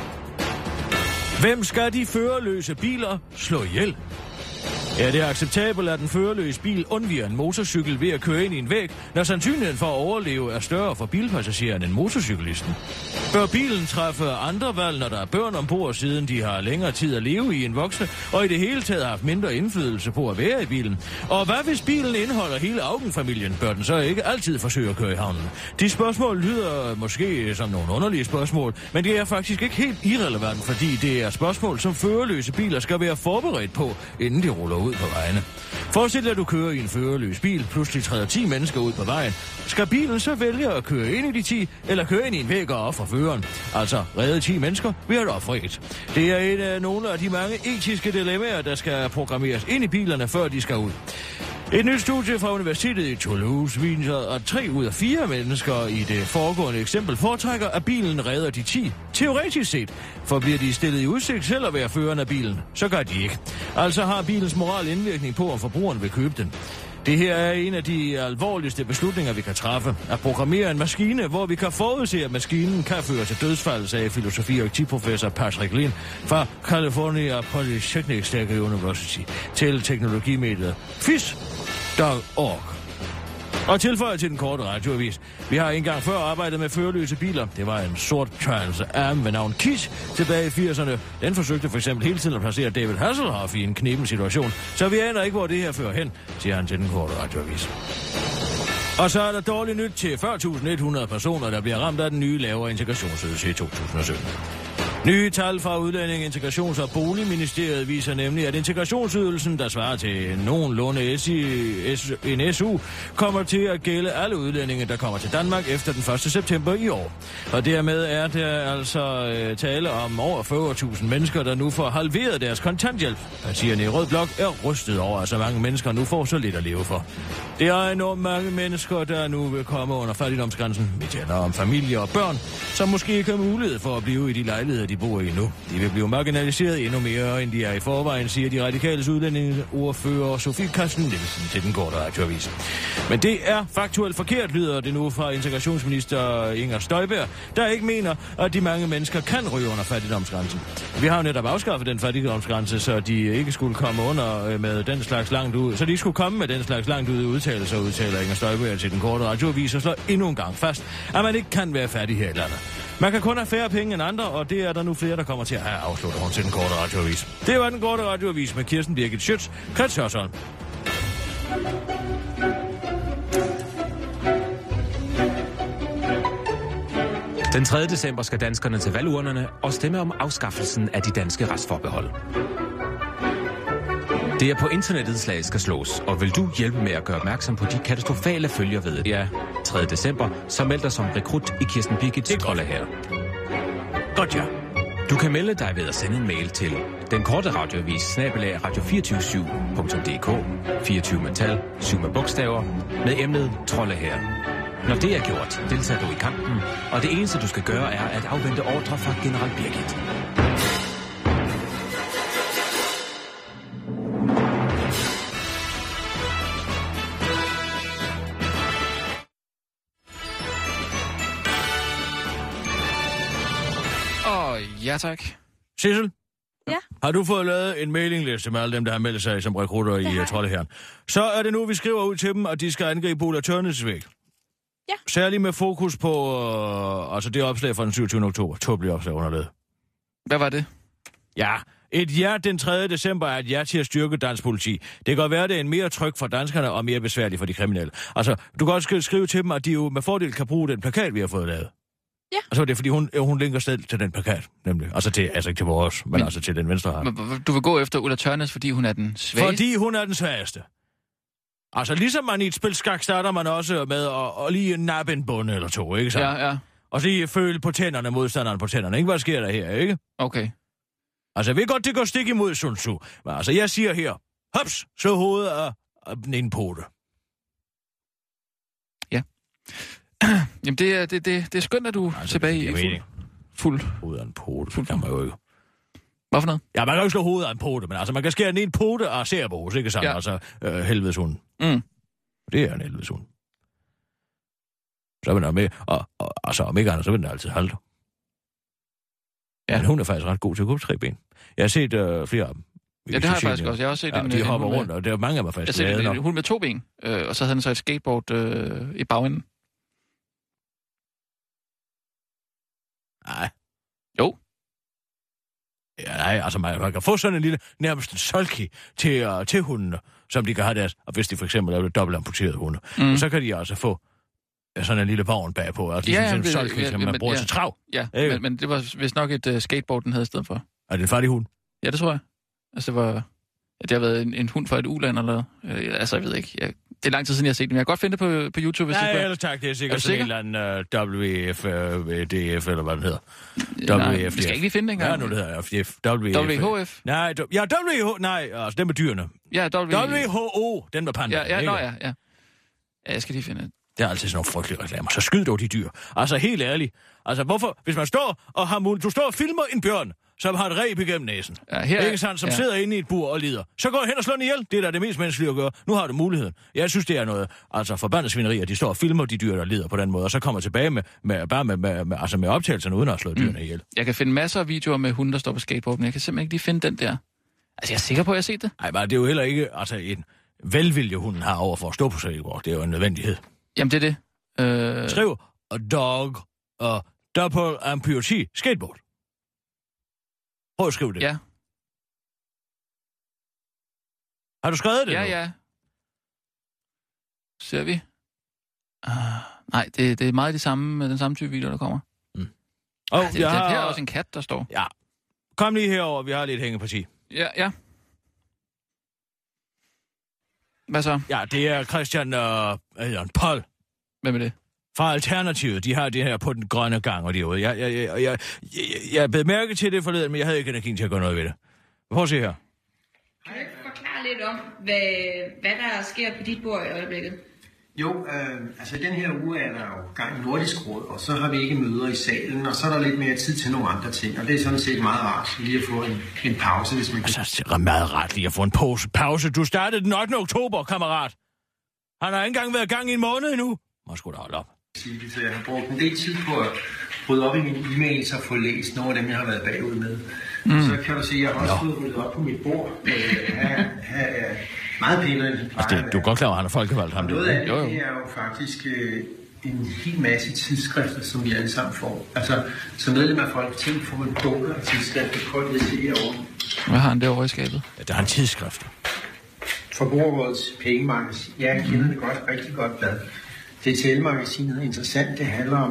F: Hvem skal de førerløse biler slå ihjel? Er det acceptabelt, at en førerløs bil undviger en motorcykel ved at køre ind i en væg, når sandsynligheden for at overleve er større for bilpassageren end motorcyklisten? Bør bilen træffe andre valg, når der er børn ombord, siden de har længere tid at leve i end voksne, og i det hele taget har haft mindre indflydelse på at være i bilen? Og hvad hvis bilen indeholder hele Augen-familien? Bør den så ikke altid forsøge at køre i havnen? De spørgsmål lyder måske som nogle underlige spørgsmål, men det er faktisk ikke helt irrelevant, fordi det er spørgsmål, som førerløse biler skal være forberedt på, inden de ruller ud på vejene. Forestil dig, at du kører i en førerløs bil, pludselig træder ti mennesker ud på vejen. Skal bilen så vælge at køre ind i de ti, eller køre ind i en væg og ofre føreren? Altså redde ti mennesker ved at ofre et. Det er et af nogle af de mange etiske dilemmaer, der skal programmeres ind i bilerne, før de skal ud. Et nyt studie fra Universitetet i Toulouse viser, at tre ud af fire mennesker i det foregående eksempel foretrækker, at bilen redder de ti. Teoretisk set, for bliver de stillet i udsigt selv at være føreren af bilen, så gør de ikke. Altså har bilens moral indvirkning på, om forbrugeren vil købe den. Det her er en af de alvorligste beslutninger, vi kan træffe. At programmere en maskine, hvor vi kan forudse, at maskinen kan føre til dødsfald, sagde filosofi- og etikprofessor Patrick Lin fra California Polytechnic University til teknologimediet F I S punktum org. Og tilføjer til den korte radioavis. Vi har engang før arbejdet med førerløse biler. Det var en sort Trans Am ved navn Kish tilbage i firserne. Den forsøgte for eksempel hele tiden at placere David Hasselhoff i en knepen situation. Så vi aner ikke, hvor det her fører hen, siger han til den korte radioavis. Og så er der dårligt nyt til fyrre tusind et hundrede personer, der bliver ramt af den nye lavere integrationsydelse i to tusind og sytten. Nye tal fra Udlænding, Integrations- og Boligministeriet viser nemlig, at integrationsydelsen, der svarer til nogenlunde en S U, kommer til at gælde alle udlændinge, der kommer til Danmark efter den første september i år. Og dermed er der altså øh, tale om over fyrre tusind mennesker, der nu får halveret deres kontanthjælp. Partierne i Rød Blok er rystet over, at så mange mennesker nu får så lidt at leve for. Det er enormt mange mennesker, der nu vil komme under fattigdomsgrænsen. Vi taler om familier og børn, som måske ikke har mulighed for at blive i de lejligheder, de bor i nu. De vil blive marginaliseret endnu mere, end de er i forvejen, siger de radikales udlændingeordfører Sofie Carsten Nielsen til den korte radioavis. Men det er faktuelt forkert, lyder det nu fra integrationsminister Inger Støjberg, der ikke mener, at de mange mennesker kan ryge under fattigdomsgrænsen. Vi har jo netop afskaffet den fattigdomsgrænse, så de ikke skulle komme under med den slags langt ud. Så de skulle komme med den slags langt ud udtalelser, udtaler Inger Støjberg til den korte radioavis og slår endnu en gang fast, at man ikke kan være fattig her i landet. Man kan kun have færre penge end andre, og det er der nu flere, der kommer til at have afsluttet rundt til den korte radioavis. Det var den korte radioavis med Kirsten Birgit Schøtz, Krets Hørsholm.
I: Den tredje december skal danskerne til valgurnerne og stemme om afskaffelsen af de danske retsforbehold. Det er på internettet slaget skal slås, og vil du hjælpe med at gøre opmærksom på de katastrofale følger ved det er tredje december, så meld dig som rekrut i Kirsten Birgits kolde her.
F: Godt ja.
I: Du kan melde dig ved at sende en mail til den korte radioavis snabelag radio to fire syv punktum d k fireogtyve med tal, syv med bogstaver, med emnet Trolde her. Når det er gjort, deltager du i kampen, og det eneste du skal gøre er at afvente ordre fra general Birgit.
D: Ja, tak.
F: Sissel?
E: Ja?
F: Har du fået lavet en mailingliste med alle dem, der har meldt sig som rekrutter i uh, Troldeherren? Så er det nu, vi skriver ud til dem, at de skal angribe Ulla Tørnæsvæk.
E: Ja.
F: Særligt med fokus på, uh, altså det opslag fra den syvogtyvende oktober. Tåbelige opslag underlaget.
D: Hvad var det?
F: Ja, et ja den tredje december er et ja til at styrke dansk politi. Det kan godt være, det er en mere tryg for danskerne og mere besværligt for de kriminelle. Altså, du kan også skrive til dem, at de jo med fordel kan bruge den plakat, vi har fået lavet.
E: Ja.
F: Og så er det, fordi hun, hun linker selv til den plakat, nemlig. Altså, til, altså ikke til vores, men, men altså til den venstre hånd.
D: Du vil gå efter Ulla Tørnæs, fordi hun er den svageste?
F: Fordi hun er den svageste. Altså, ligesom man i et spil skak starter man også med at, at lige nappe en bunde eller to, ikke sant?
D: Ja, ja.
F: Og så lige føle på tænderne, modstanderen på tænderne. Ikke, hvad sker der her, ikke?
D: Okay.
F: Altså, jeg ved godt, det går stik imod Sun Tzu. Men altså, jeg siger her, hops, så hovedet af, af den ene pote.
D: Ja. Jamen, det er, det, det, det er skønt, at du er altså, tilbage i fuld. Fuld.
F: Hovedet af en pote, fuld kan man jo ikke.
D: Hvad for noget?
F: Ja, man kan jo ikke slå hovedet af en pote, men altså, man kan skære den ene pote og cerebros, ikke sant? Ja. Altså, øh, helvedeshund.
D: Mm.
F: Det er en helvedeshund. Så vil der med, og, og altså, om ikke andet, så vil den altid halte. Ja. Men hun er faktisk ret god til at gå på tre ben. Jeg har set øh, flere af dem.
D: Ja, det har jeg faktisk også. Jeg har også set
F: ja,
D: en,
F: de hopper
D: en
F: rundt, med, og der er mange af dem faktisk.
D: Jeg har set en, en hund med to ben, øh, og så havde han så et skateboard øh, i bagenden.
F: Nej.
D: Jo.
F: Ja, nej, altså man, man kan få sådan en lille, nærmest en solki til, uh, til hundene, som de kan have deres, og hvis de for eksempel er dobbelt amputeret hunde, mm. så kan de altså få ja, sådan en lille vogn bagpå, altså
D: ja,
F: sådan en
D: det,
F: solki,
D: ja,
F: som man
D: men,
F: bruger
D: ja,
F: til trav.
D: Ja, men, men det var vist nok et uh, skateboard, den havde i stedet for.
F: Er det en farlig hund?
D: Ja, det tror jeg. Altså, det var... Ja, det har været en, en hund fra et uland, eller... Øh, altså, jeg ved ikke. Jeg, det er lang tid siden, jeg har set den, men jeg kan godt finde det på, på YouTube, hvis
F: nej,
D: det er...
F: Nej, tak, det er sikkert er sådan sikker? En eller anden uh, W F D F, eller hvad den hedder.
D: Nej, W F D F. Vi skal ikke lige finde det engang.
F: Ja, nu det hedder F F.
D: W H F?
F: Nej, ja, W H... Nej, altså, den med dyrene.
D: Ja,
F: W H O, den med panda.
D: Ja, ja, nå, ja, ja. Ja, jeg skal lige finde det.
F: Det er altid sådan nogle frygtelige reklamer. Så skyd dog de dyr. Altså, helt ærligt. Altså, hvorfor... Hvis man står og har mulighed... Du står og filmer en bjørn, som har et reb igennem næsen. Ja, her, ikke sandt? Som ja. sidder inde i et bur og lider. Så går hen og slår den ihjel. Det er da det mest menneskelige at gøre. Nu har du muligheden. Jeg synes, det er noget... Altså, forbandet svineri, at de står og filmer de dyr, der lider på den måde, og så kommer tilbage med, med, bare med, med, med, altså med optagelserne, uden at slå dyrene mm. ihjel. Jeg
D: kan finde masser af videoer med hunde, der står på skateboard, men jeg kan simpelthen ikke lige finde den der. Altså, jeg er sikker på, at jeg har set det.
F: Nej, men det er jo heller ikke... Altså, en velvilje, hunden har over for at stå på skateboard. Det er jo en nødvendighed.
D: Jamen, det er det. Øh...
F: Skriv a dog a double amputee skateboard. Prøv at skrive det.
D: Ja.
F: Har du skrevet det
D: Ja,
F: nu?
D: ja. Ser vi? Uh, nej, det, det er meget de samme, den samme type video, der kommer. Mm.
F: Oh,
D: ah, det,
F: jeg
D: det,
F: har...
D: her er også en kat, der står.
F: Ja. Kom lige herover, vi har lidt hængeparti.
D: Ja, ja. Hvad så?
F: Ja, det er Christian uh, eller Paul.
D: Hvem er det?
F: Fra Alternativet. De har det her på den grønne gang og derude. Jeg, jeg, jeg, jeg, jeg, jeg blev mærke til det forleden, men jeg havde ikke energien til at gøre noget ved det. Prøv at se her.
J: Kan du ikke forklare lidt om, hvad, hvad der sker på dit bord i øjeblikket?
K: Jo, øh, altså i den her uge er der jo gang i Nordisk Råd, og så har vi ikke møder i salen, og så er der lidt mere tid til nogle andre ting, og det er sådan set meget rart lige at få en, en pause, hvis man kan...
F: Altså, det er meget rart lige at få en pause. pause. Du startede den ottende oktober, kammerat. Han har ikke engang været i gang i en måned endnu. Må sgu da holde op.
K: Jeg har brugt en del tid på at rydde op i mine e-mails og få læst nogle af dem, jeg har været bagud med. Mm. Så kan du se, at jeg har også fået ryddet op på mit bord. Her, her er meget pænere, end det
F: altså, det, du er godt klar over, at han er folkevalgt ham.
K: Noget af det, det er jo faktisk øh, en hel masse tidsskrifter, som vi alle sammen får. Altså, som medlem af Folketinget får man bunker af tidsskrifter. Prøv lige at se herovre.
D: Hvad har han derovre i skabet?
F: Ja, der har han tidsskrifter.
K: Forbrugerrådets pengemagasin. Ja, jeg kender det godt, rigtig godt blad. Det telemagasinet er interessant. Det handler om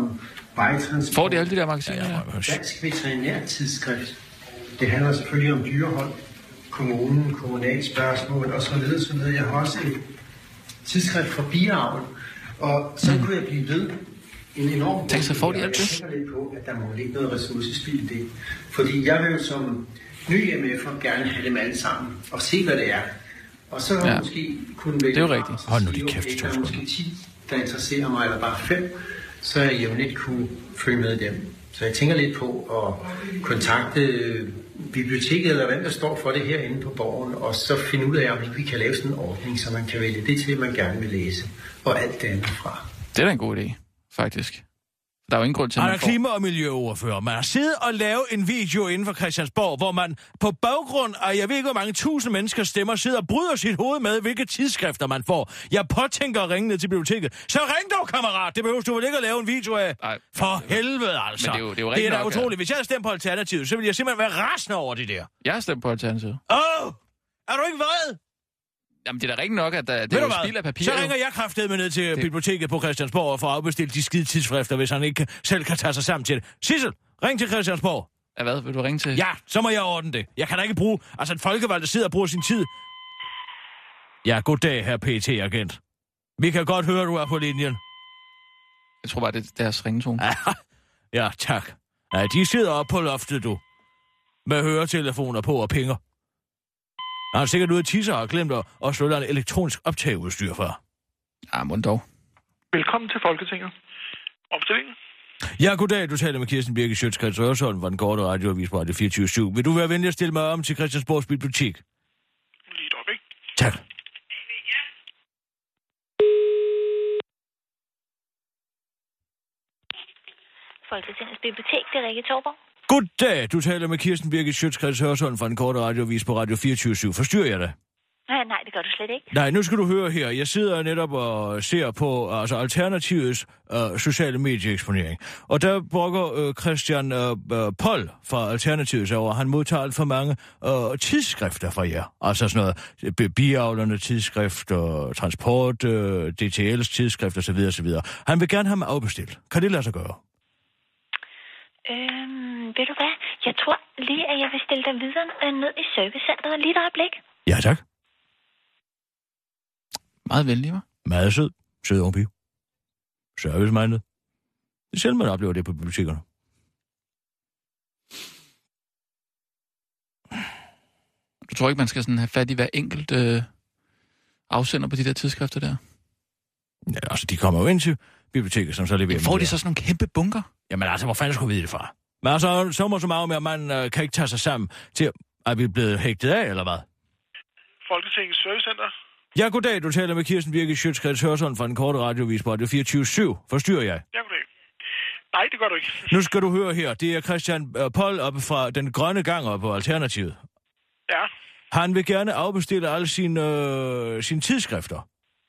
K: vejtransport.
D: Får de alle de der magasiner? Ja,
K: Dansk Veterinær Tidsskrift. Det handler selvfølgelig om dyrehold, kommunen, kommunale spørgsmål og så videre, så videre. Jeg har også et tidsskrift for biavl, og så kunne jeg blive ved en enorm...
D: Tænk, så får de alt det.
K: Jeg tænker lidt på, at der må ligge noget ressourcespil i det. Fordi jeg vil jo som ny M F'er gerne have dem alle sammen, og se, hvad det er. Og så ja. måske kunne vælge...
D: Det er jo rigtigt.
K: Hold nu de kæft, okay, der er måske ti, der interesserer mig, eller bare fem, så jeg jo ikke kunne følge med dem. Så jeg tænker lidt på at kontakte biblioteket, eller hvem der står for det herinde på borgen, og så finde ud af, om ikke vi kan lave sådan en ordning, så man kan vælge det til, man gerne vil læse, og alt det andet fra.
D: Det er da en god idé, faktisk. Der er jo ingen grund til, at
F: man
D: man
F: får... klima- og miljøoverfører. Man har siddet og lavet en video inden for Christiansborg, hvor man på baggrund af, jeg ved ikke, hvor mange tusind menneskers stemmer, sidder og bryder sit hoved med, hvilke tidsskrifter man får. Jeg påtænker at ringe ned til biblioteket. Så ring dog, kammerat! Det behøver du vel ikke at lave en video af? Ej, for helvede, altså.
D: Men det er jo, det er jo
F: det er da
D: nok,
F: utroligt. Hvis jeg havde stemt på Alternativet, så ville jeg simpelthen være rasende over det der.
D: Jeg har stemt på Alternativet.
F: Åh! Oh! Er du ikke vred?
D: Jamen, det er da rigtig nok, at der, det er jo spild af papir.
F: Så ringer jeg kraftedeme ned til det... biblioteket på Christiansborg og får afbestilt de skide tidsskrifter, hvis han ikke selv kan tage sig sammen til det. Sissel, ring til Christiansborg.
D: Ja, hvad? Vil du ringe til?
F: Ja, så må jeg ordne det. Jeg kan da ikke bruge... Altså, en folkevalg, der sidder og bruger sin tid. Ja, goddag, herr P T-agent. Vi kan godt høre, du er på linjen.
D: Jeg tror bare, det er deres ringetone.
F: Ja, tak. Ja, de sidder oppe på loftet, du. Med høretelefoner på og pinger. Han er sikkert ude at tisse og har glemt at, at slå en elektronisk optageudstyr for.
D: Ja, mund dog.
L: Velkommen til Folketinget. Opstillingen.
F: Ja, goddag. Du taler med Kirsten Birgit Schøtz-Krets Hørsholm fra den korte radioavis på Radio fireogtyve syv. Vil du være venlig at stille mig om til Christiansborgs bibliotek?
L: Lige et øjeblik.
F: Tak.
M: Folketingets bibliotek, det er Rikke Torborg.
F: Goddag, du taler med Kirsten Birgit Schøtz-Krets Hørsholm fra den korte radioavis på Radio fireogtyve syv. Forstyrrer jeg dig?
M: Nej, nej, det gør du slet ikke.
F: Nej, nu skal du høre her. Jeg sidder netop og ser på altså Alternativets uh, sociale medieeksponering. Og der bruger uh, Christian uh, uh, Poll fra Alternativets over. Han modtager alt for mange uh, tidsskrifter fra jer. Altså sådan noget biavlerne tidsskrift, og transport, uh, D T L's tidsskrift osv. osv. Han vil gerne have dem afbestilt. Kan det lade sig gøre?
M: Øhm, ved du hvad? Jeg tror lige, at jeg vil stille dig videre øh, ned i servicecenteret lige et øjeblik.
F: Ja, tak.
D: Meget venlig, hva'?
F: Meget sød. Sød unge pige. Service-minded. Det er selv, man oplever det på bibliotekerne.
D: Du tror ikke, man skal sådan have fat i hver enkelt øh, afsender på de der tidsskrifter der?
F: Ja, altså, de kommer jo ind til biblioteket, som så leverer.
D: Men får de så sådan nogle kæmpe bunker?
F: Jamen altså, hvor fanden skulle vi vide det fra? Men altså, så må så meget med, at man øh, kan ikke tage sig sammen til, at vi er blevet hægtet af, eller hvad?
L: Folketingets Servicecenter.
F: Ja, goddag. Du taler med Kirsten Birgit Schøtz-Krets Hørsholm fra den korte radioavis på Radio fireogtyve syv. Forstyrrer jeg?
L: Ja, goddag. Nej, det gør du ikke.
F: Nu skal du høre her. Det er Christian øh, Poll oppe fra den grønne gang oppe på Alternativet.
L: Ja.
F: Han vil gerne afbestille alle sine, øh, sine tidsskrifter.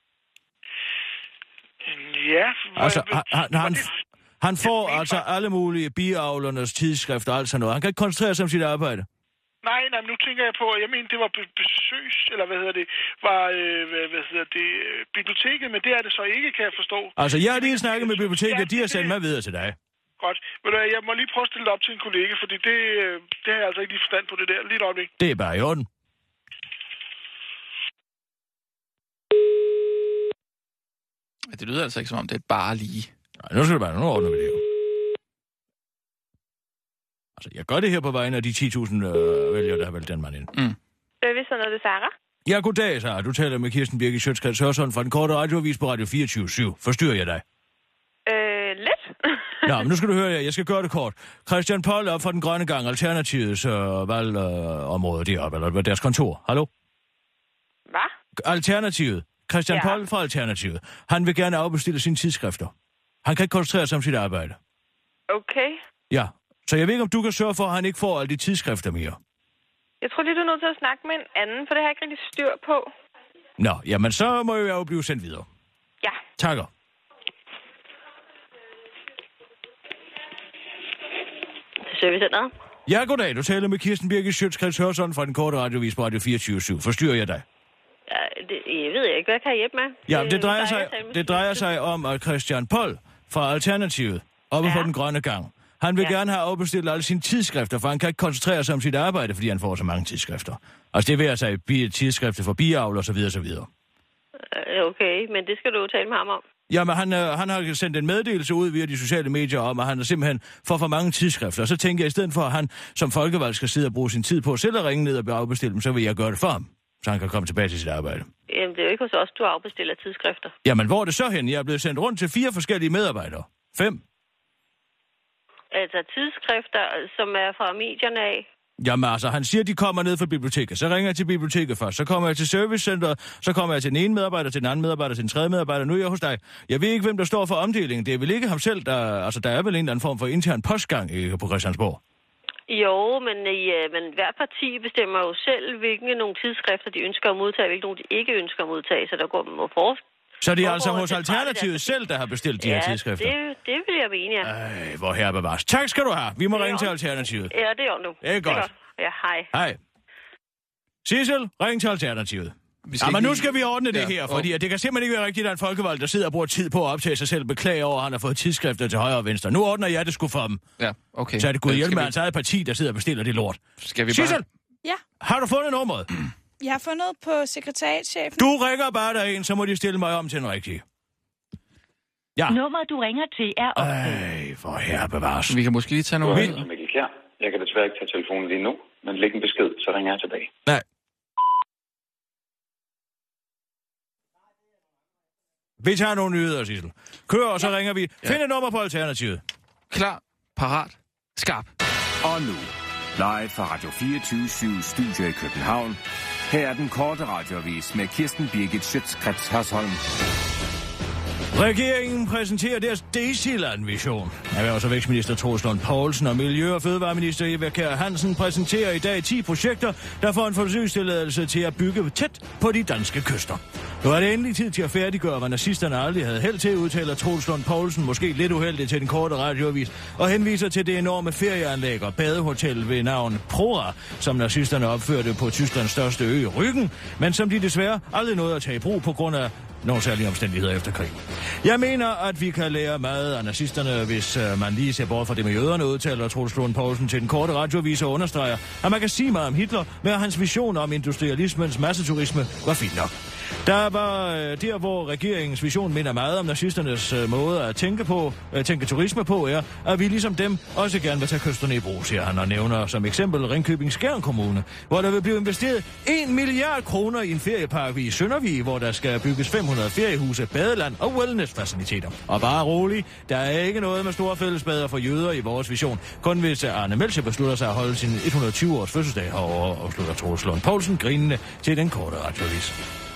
L: Ja.
F: Altså, han, han, han, han får altså alle mulige biavlernes tidsskrifter og alt sådan noget. Han kan ikke koncentrere sig om sit arbejde.
L: Nej, nej, nu tænker jeg på, jeg mener, det var besøgs, eller hvad hedder det, var, øh, hvad, hvad hedder det, biblioteket, men det er det så ikke, kan jeg forstå.
F: Altså, jeg har lige snakket med biblioteket, de har sendt mig videre til dig.
L: Godt. Men jeg må lige prøve at stille det op til en kollega, fordi det, det har jeg altså ikke lige forstand på det der. Lige et øjeblik.
F: Det er bare i orden.
D: Det lyder altså ikke som om, det er bare lige.
F: Nej, nu skal det bare, nu ordner vi det jo. Altså, jeg gør det her på vegne af de ti tusind øh, vælgere, der har valgt den mand ind.
N: Mm. Hvis sådan noget, det Sarah.
F: Ja, goddag, Sarah. Du taler med Kirsten Birgit Schøtz-Krets Hørsholm fra den korte radioavis på Radio fireogtyve syv. Forstyrrer jeg dig?
N: Øh, lidt.
F: Nå, men nu skal du høre, jeg skal gøre det kort. Christian Poll op fra den grønne gang, Alternativets øh, valgområde øh, deroppe, eller deres kontor. Hallo?
N: Hvad?
F: Alternativet. Christian
N: ja.
F: Poll fra Alternativet. Han vil gerne afbestille sine tidsskrifter. Han kan ikke koncentrere sig om sit arbejde.
N: Okay.
F: Ja, så jeg ved ikke, om du kan sørge for, at han ikke får alle de tidsskrifter mere.
N: Jeg tror lige, du er nødt til at snakke med en anden, for det har jeg ikke rigtig styr på.
F: Nå, jamen så må jeg jo blive sendt videre.
N: Ja.
F: Takker.
N: Servicecenteret.
F: Ja, goddag. Du taler med Kirsten Birgit Schøtz-Krets Hørsholm fra den korte radiovis på Radio fireogtyve syv. Forstyrrer jeg dig?
N: Ja, det, jeg ved ikke, hvad kan jeg hjælpe med?
F: Ja, det drejer, sig, det drejer sig om, at Christian Poll fra Alternativet oppe ja. på den grønne gang. Han vil ja. gerne have afbestilt alle sine tidsskrifter, for han kan ikke koncentrere sig om sit arbejde, fordi han får så mange tidsskrifter. Altså det vil altså tidsskrifter for biavl og så videre, så videre.
N: Okay, men det skal du jo tale med ham om.
F: Jamen, han, øh, han har sendt en meddelelse ud via de sociale medier om, at han er simpelthen får for mange tidsskrifter. Og så tænker jeg, i stedet for, at han som folkevalg skal sidde og bruge sin tid på selv at ringe ned og afbestille dem, så vil jeg gøre det for ham, så han kan komme tilbage til sit arbejde.
N: Jamen, det er jo ikke hos os, du afbestiller tidsskrifter.
F: Jamen, hvor er det så hen? Jeg er blevet sendt rundt til fire forskellige medarbejdere. Fem.
N: Altså tidsskrifter, som er fra medierne af.
F: Jamen altså, han siger, de kommer ned fra biblioteket. Så ringer jeg til biblioteket først. Så kommer jeg til servicecenteret. Så kommer jeg til den ene medarbejder, til den anden medarbejder, til den tredje medarbejder. Nu er jeg hos dig. Jeg ved ikke, hvem der står for omdelingen. Det er vel ikke ham selv, der... Altså, der er vel en eller anden form for intern postgang ikke, på Christiansborg.
N: Jo, men, ja, men hver parti bestemmer jo selv, hvilke nogle tidsskrifter de ønsker at modtage, hvilke nogle de ikke ønsker at modtage. Så der går man for.
F: Så det er altså hos Alternativet selv, der har bestilt de
N: ja,
F: her tidsskrifter?
N: Ja, det, det vil jeg mene, ja.
F: Ej, hvor herre bevares. Tak skal du have. Vi må ringe til Alternativet.
N: Ja, det er nu.
F: Det er godt. Det er godt.
N: Ja, hej.
F: Hej. Sissel, ring til Alternativet. Ja, men nu skal vi ordne det ja, her, fordi det kan simpelthen ikke være rigtigt, at en folkevalg, der sidder og bruger tid på at optage sig selv, beklager over, at han har fået tidsskrifter til højre og venstre. Nu ordner jeg det sgu for dem.
D: Ja, okay.
F: Så er det gud hjælp med vi... hans eget parti, der sidder og bestiller det lort.
D: Skal vi
F: Sissel!
D: bare...
E: Ja?
F: Har du fundet nummeret?
E: Jeg har fundet på sekretariatschefen.
F: Du ringer bare derind, så må de stille mig om til den rigtige. Ja.
O: Nummeret, du ringer til, er optaget.
F: Ej, for herre bevares.
D: Vi kan måske lige tage nogle...
P: Du er Mikkel Kjær. Jeg kan desværre ikke tage telefonen lige nu, men læg en besked, så ringer jeg tilbage.
F: Nej. Vi tager nogle nyheder, Sissel. Kør, og så ja. ringer vi. Find ja. et nummer på Alternativet.
D: Klar, parat, skarp.
G: Og nu, live fra Radio fireogtyve syv Studio i København. Her er den korte radioavis med Kirsten Birgit Schøtz-Krets Hasholm.
F: Regeringen præsenterer deres Daisyland-vision. Erhvervs- og vækstminister Troels Lund Poulsen og Miljø- og Fødevareminister Eva Kjær Hansen præsenterer i dag ti projekter, der får en forsøgstilladelse til at bygge tæt på de danske kyster. Nu er det endelig tid til at færdiggøre, hvad nazisterne aldrig havde held til, udtaler Troels Lund Poulsen, måske lidt uheldigt til den korte radioavis, og henviser til det enorme ferieanlæg og badehotel ved navn Prora, som nazisterne opførte på Tysklands største ø, Rügen, men som de desværre aldrig nåede at tage i brug på grund af nogle særlige omstændigheder efter krigen. Jeg mener, at vi kan lære meget af nazisterne, hvis uh, man lige ser bort fra det med jøderne, udtaler Troels Lund Poulsen til den korte radioavis og understreger, at man kan sige meget om Hitler, men hans vision om industrialismens masseturisme var fint nok. Der var uh, der, hvor regeringens vision minder meget om nazisternes uh, måde at tænke på, uh, tænke turisme på, er, at vi ligesom dem også gerne vil tage kysterne i brug, siger han, og nævner som eksempel Ringkøbing-Skjern Kommune, hvor der vil blive investeret en milliard kroner i en feriepark i Søndervig, hvor der skal bygges fem hundrede feriehuse, badeland og wellness-faciliteter. Og bare rolig, der er ikke noget med store fællesbader for jøder i vores vision. Kun hvis Arne Melchior beslutter sig at holde sin et hundrede og tyve års fødselsdag herovre, og slutter Troels Lund Poulsen grinende til den korte radioavis.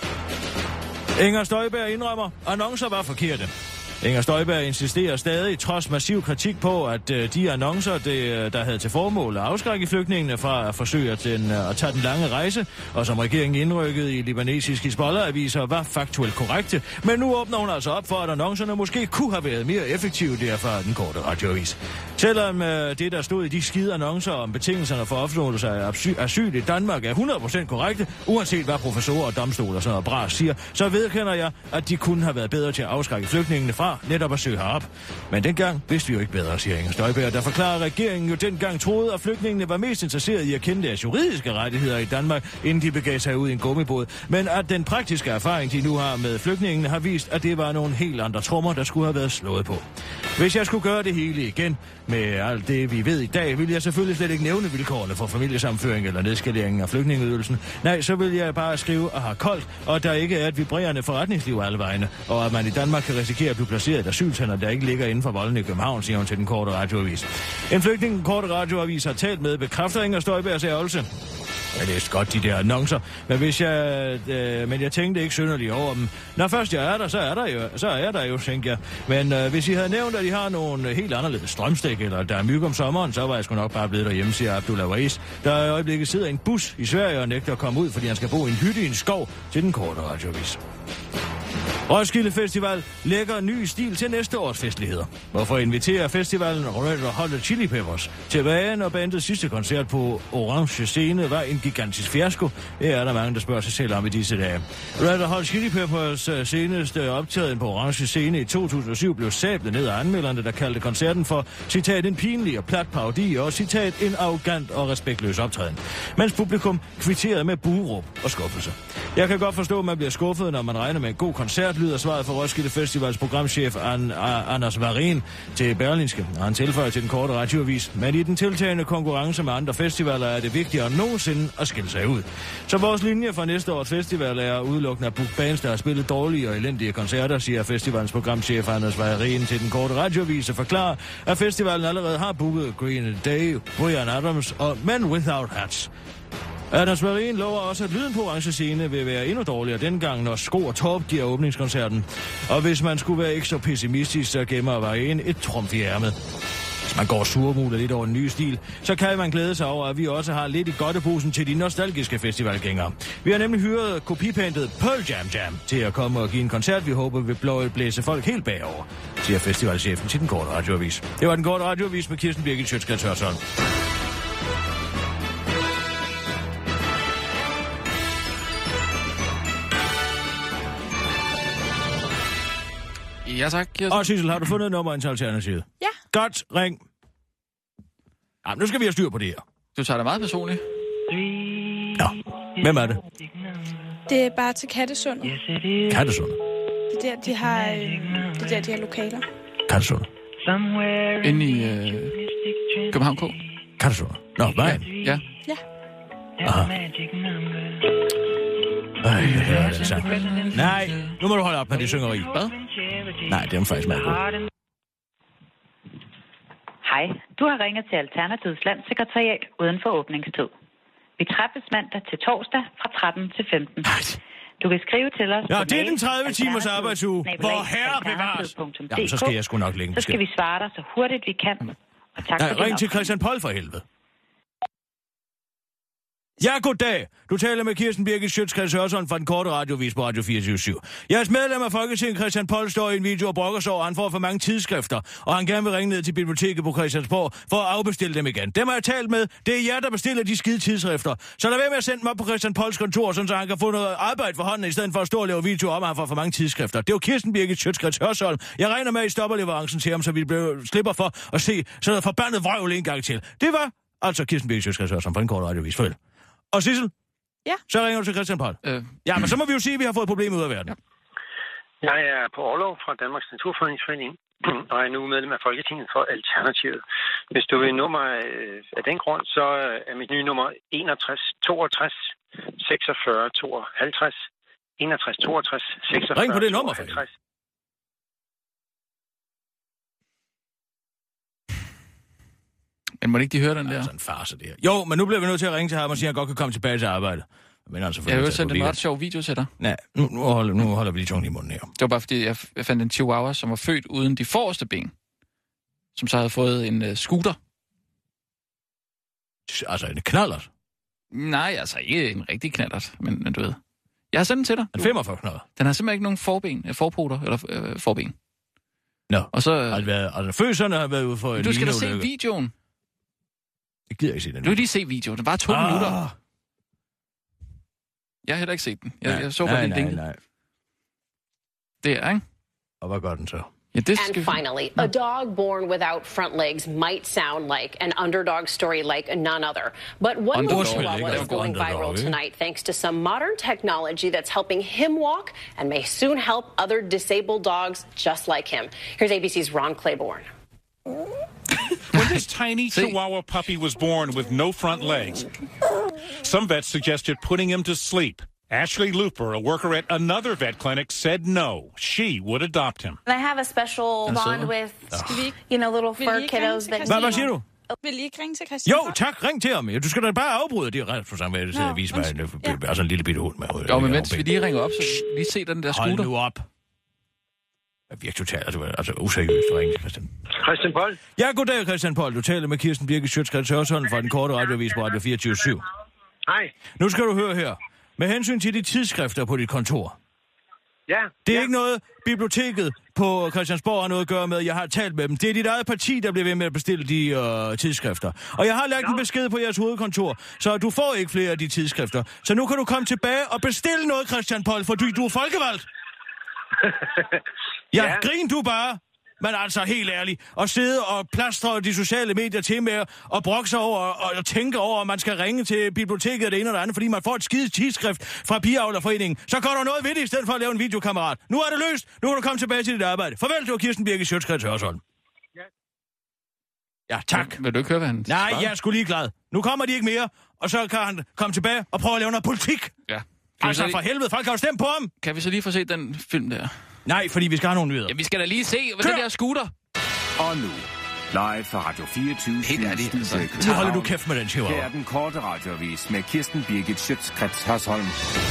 F: Inger Støjberg indrømmer, annoncer var forkerte. Inger Støjberg insisterer stadig, trods massiv kritik på, at øh, de annoncer, det, der havde til formål at afskrække flygtningene fra at forsøge at, den, at tage den lange rejse, og som regeringen indrykkede i libanesiske Hizbollah-aviser, var faktuelt korrekte. Men nu åbner hun altså op for, at annoncerne måske kunne have været mere effektive, derfra den korte radioavis. Selvom øh, det, der stod i de skide annoncer om betingelserne for opnåelse af asyl i Danmark er hundrede procent korrekte, uanset hvad professorer og domstoler og sådan noget bras siger, så vedkender jeg, at de kunne have været bedre til at afskrække flygtningene fra netop at søge herop. Men dengang vidste vi jo ikke bedre, siger Inger Støjberg, der forklarer, at regeringen jo dengang troede, at flygtningene var mest interesseret i at kende deres juridiske rettigheder i Danmark, inden de begav sig ud i en gummibåd. Men at den praktiske erfaring, de nu har med flygtningene, har vist, at det var nogle helt andre trommer, der skulle have været slået på. Hvis jeg skulle gøre det hele igen med alt det, vi ved i dag, ville jeg selvfølgelig slet ikke nævne vilkårene for familiesamføring eller nedskaleringen af flygtningeydelsen. Nej, så vil jeg bare skrive at have koldt, og der ikke er et vibrerende forretningsliv alle vegne, og at man i Danmark kan risikere at blive placeret et asylcenter, der ikke ligger inden for volden i København, siger hun til den korte radioavis. En flygtning, den korte radioavis har talt med, bekræfter Inger Støjbergs ærgelse. Jeg læste godt de der annoncer, men hvis jeg, øh, men jeg tænkte ikke synderligt over dem. Når først jeg er der, så er der jo, så er der jo, tænker jeg. Men øh, hvis I havde nævnt, at de har nogle helt anderledes strømstik, eller der er myg om sommeren, så var jeg sgu nok bare blevet derhjemme, siger Abdullah Weiss, der i øjeblikket sidder i en bus i Sverige og nægter at komme ud, fordi han skal bo i en hytte i en skov, til den korte radioavis. Roskilde Festival lægger ny stil til næste års festligheder. Hvorfor inviterer festivalen Red Hot Chili Peppers tilbage, når bandets sidste koncert på Orange Scene var en gigantisk fiasko? Det er der mange, der spørger sig selv om i disse dage. Red Hot Chili Peppers seneste optræden på Orange Scene i to tusind og syv blev sablet ned af anmelderne, der kaldte koncerten for, citat, en pinlig og plat parodi og, citat, en arrogant og respektløs optræden. Mens publikum kvitterede med bueråb og skuffelse. Jeg kan godt forstå, at man bliver skuffet, når man regner med en god koncert, lyder svaret fra Roskilde Festivals programchef An- A- Anders Varin til Berlingske, og han tilføjer til den korte radioavis. Men i den tiltagende konkurrence med andre festivaler er det vigtigere end nogensinde at skille sig ud. Så vores linje for næste års festival er udelukkende at booke bands, der har spillet dårlige og elendige koncerter, siger festivalens programchef Anders Varin til den korte radioavis og forklarer, at festivalen allerede har booket Green Day, Bryan Adams og Men Without Hats. Anders Varin lover også, at lyden på Orange Scene vil være endnu dårligere dengang, når Sko og Torp giver åbningskoncerten. Og hvis man skulle være ikke så pessimistisk, så gemmer Varin et trumf i ærmet. Hvis man går surmulet lidt over den nye stil, så kan man glæde sig over, at vi også har lidt i godteposen til de nostalgiske festivalgængere. Vi har nemlig hyret kopipantet Pearl Jam Jam til at komme og give en koncert, vi håber vil blå blæse folk helt bagover, siger festivalchefen til den korte radioavis. Det var den korte radioavis med Kirsten Birgit Schøtzgrads Hørsholm.
D: Ja, tak. Jeg...
F: Og Sissel, har du fundet nummer til alternativet?
E: Ja.
F: Godt, ring. Ja, nu skal vi have styr på det her.
D: Du tager det meget personligt.
F: Ja, hvem er det?
E: Det er bare til Kattesund.
F: Kattesund?
E: Det er der, de har, øh, det er der, de har lokaler.
F: Kattesund?
D: Inde i øh, København K.
F: Kattesund? Nå, vejen?
D: Ja.
E: Ja.
F: Aha. Ej, jeg hører det så. Nej, nu må du holde op med det syngeri. Hvad? Nej, det er faktisk meget godt.
O: Hej, du har ringet til Alternativets Landssekretariat uden for åbningstid. Vi træffes mandag til torsdag fra tretten til femten. Du kan skrive til os.
F: Ja, det er den tredive timers arbejdsuge. Hvor herre bevares. Ja, så skal jeg sgu nok lægge.
O: Så skal vi svare dig så hurtigt vi kan. Og tak
F: ja,
O: for
F: ring til Christian Poll for helvede. Ja, goddag. Du taler med Kirsten Birgit Schøtzgrads Hørsholm fra den korte radiovis på Radio fireogtyve syv. Jeres medlem af Folketinget, Christian Poll, står i en video og brokker sig over, han får for mange tidsskrifter, og han gerne vil ringe ned til biblioteket på Christiansborg for at afbestille dem igen. Dem har jeg talt med. Det er jer, der bestiller de skide tidsskrifter. Så lad være med at sende dem op på Christian Polls kontor, så han kan få noget arbejde for hånden, i stedet for at stå og lave video om, at han får for mange tidsskrifter. Det er jo Kirsten Birgit Schøtzgrads Hørsholm. Jeg regner med, at I stopper leverancen til ham, så vi slipper for at se sådan noget forbandet vrøvl en gang til. Det var altså Kirsten Birgit Schøtzgrads Hørsholm fra den korte radiovis. Farvel. Og Sissel?
E: Ja.
F: Så ringer du til Christian Poll. Øh. Ja, men så må vi jo sige, at vi har fået problemer ud af verden. Ja.
K: Jeg er på overlov fra Danmarks Naturfredningsforening, og er nu medlem af Folketinget for Alternativet. Hvis du vil nummer af den grund, så er mit nye nummer enogtres toogtres seksogfyrre tooghalvtreds. enogtres toogtres seksogfyrre
F: ring på det nummer, for
D: Men må ikke de høre den der?
F: Det er sådan en farse, det her. Jo, men nu bliver vi nødt til at ringe til ham og sige, at han godt kan komme tilbage til arbejde. Men altså,
D: jeg har jo sendt en ret sjov video til dig.
F: Nej, nu, nu, holder, nu holder vi lige tungen i munden her.
D: Det var bare fordi, jeg, jeg fandt en chihuahua, som var født uden de forreste ben. Som så havde fået en uh, scooter.
F: Altså en knallert?
D: Nej, altså ikke en rigtig knallert, men, men du ved. Jeg har sendt den til dig.
F: En femogfyrre knallert?
D: Den har simpelthen ikke nogen forben, forpoter eller øh, forben.
F: Nå,
D: og så,
F: har det været, altså fødserne har været ude for en
D: du skal da se videoen.
F: Jeg gider ikke se den.
D: Du vil lige se videoen. Det var to ah. minutter. Jeg har heller ikke set den. Jeg,
F: nej,
D: jeg så bare den ding. Det er, ikke?
F: Og hvad gør den så?
D: Ja, det
Q: and finally, a dog born without front legs might sound like an underdog story like none other. But one little chihuahua is going viral tonight thanks to some modern technology that's helping him walk and may soon help other disabled dogs just like him. Here's A B C's Ron Claiborne.
R: When this tiny Chihuahua puppy was born with no front legs, some vets suggested putting him to sleep. Ashley Looper, a worker at another vet clinic, said no. She would adopt him.
S: I have a special bond with, you know, little fur kiddos that...
F: Hvad, hvad siger du?
E: Vil I ikke ringe til Christian?
F: Jo, tak. Ring til ham. Du skal da bare afbryde. Det er ret for samme måde, at vise mig en, ja. altså en lille bitte hund med.
D: Jo, men mens vi lige ringer op, så lige se den der scooter.
F: Hold nu op. Jeg er virkelig totalt, altså, altså useriøst for ringe til Christian.
K: Christian Poll?
F: Ja, goddag Christian Poll. Du taler med Kirsten Birgit Schøtzgrads Hørsholm fra den korte radiovis på Radio fireogtyve syv.
K: Hej.
F: Nu skal du høre her. Med hensyn til de tidsskrifter på dit kontor.
T: Ja.
F: Det er
T: ja.
F: ikke noget, biblioteket på Christiansborg har noget at gøre med. Jeg har talt med dem. Det er dit eget parti, der bliver ved med at bestille de øh, tidsskrifter. Og jeg har lagt ja. en besked på jeres hovedkontor, så du får ikke flere af de tidsskrifter. Så nu kan du komme tilbage og bestille noget, Christian Poll, for du, du er folkevalgt. ja, ja, grin du bare. Men altså, helt ærligt, at sidde og plastre de sociale medier til med og brokke sig over og tænke over, at man skal ringe til biblioteket og det ene eller andet, fordi man får et skide tidsskrift fra Pigeavlerforeningen. Så gør du noget ved det, i stedet for at lave en videokammerat. Nu er det løst. Nu kan du komme tilbage til dit arbejde. Farvel, det var Kirsten Birgit Schøtz-Krets Hørsholm. Ja. ja, tak.
D: Vil du ikke høre, hvad han
F: Nej,
D: svarer?
F: jeg er sgu ligeglad. Nu kommer de ikke mere, og så kan han komme tilbage og prøve at lave noget politik.
D: Ja.
F: Altså,
D: lige...
F: for helvede, folk har jo stemt på ham.
D: Kan vi så lige få set den film der?
F: Nej, fordi vi skal have nogle nyheder.
D: Ja, vi skal da lige se, hvad den der scooter.
G: Og nu, live fra Radio fireogtyve.
D: Helt ærligt, altså.
F: Nu holder du kæft med den, Chihuahua.
G: Her er den korte radioavis med Kirsten Birgit Schøtz-Krets Hørsholm.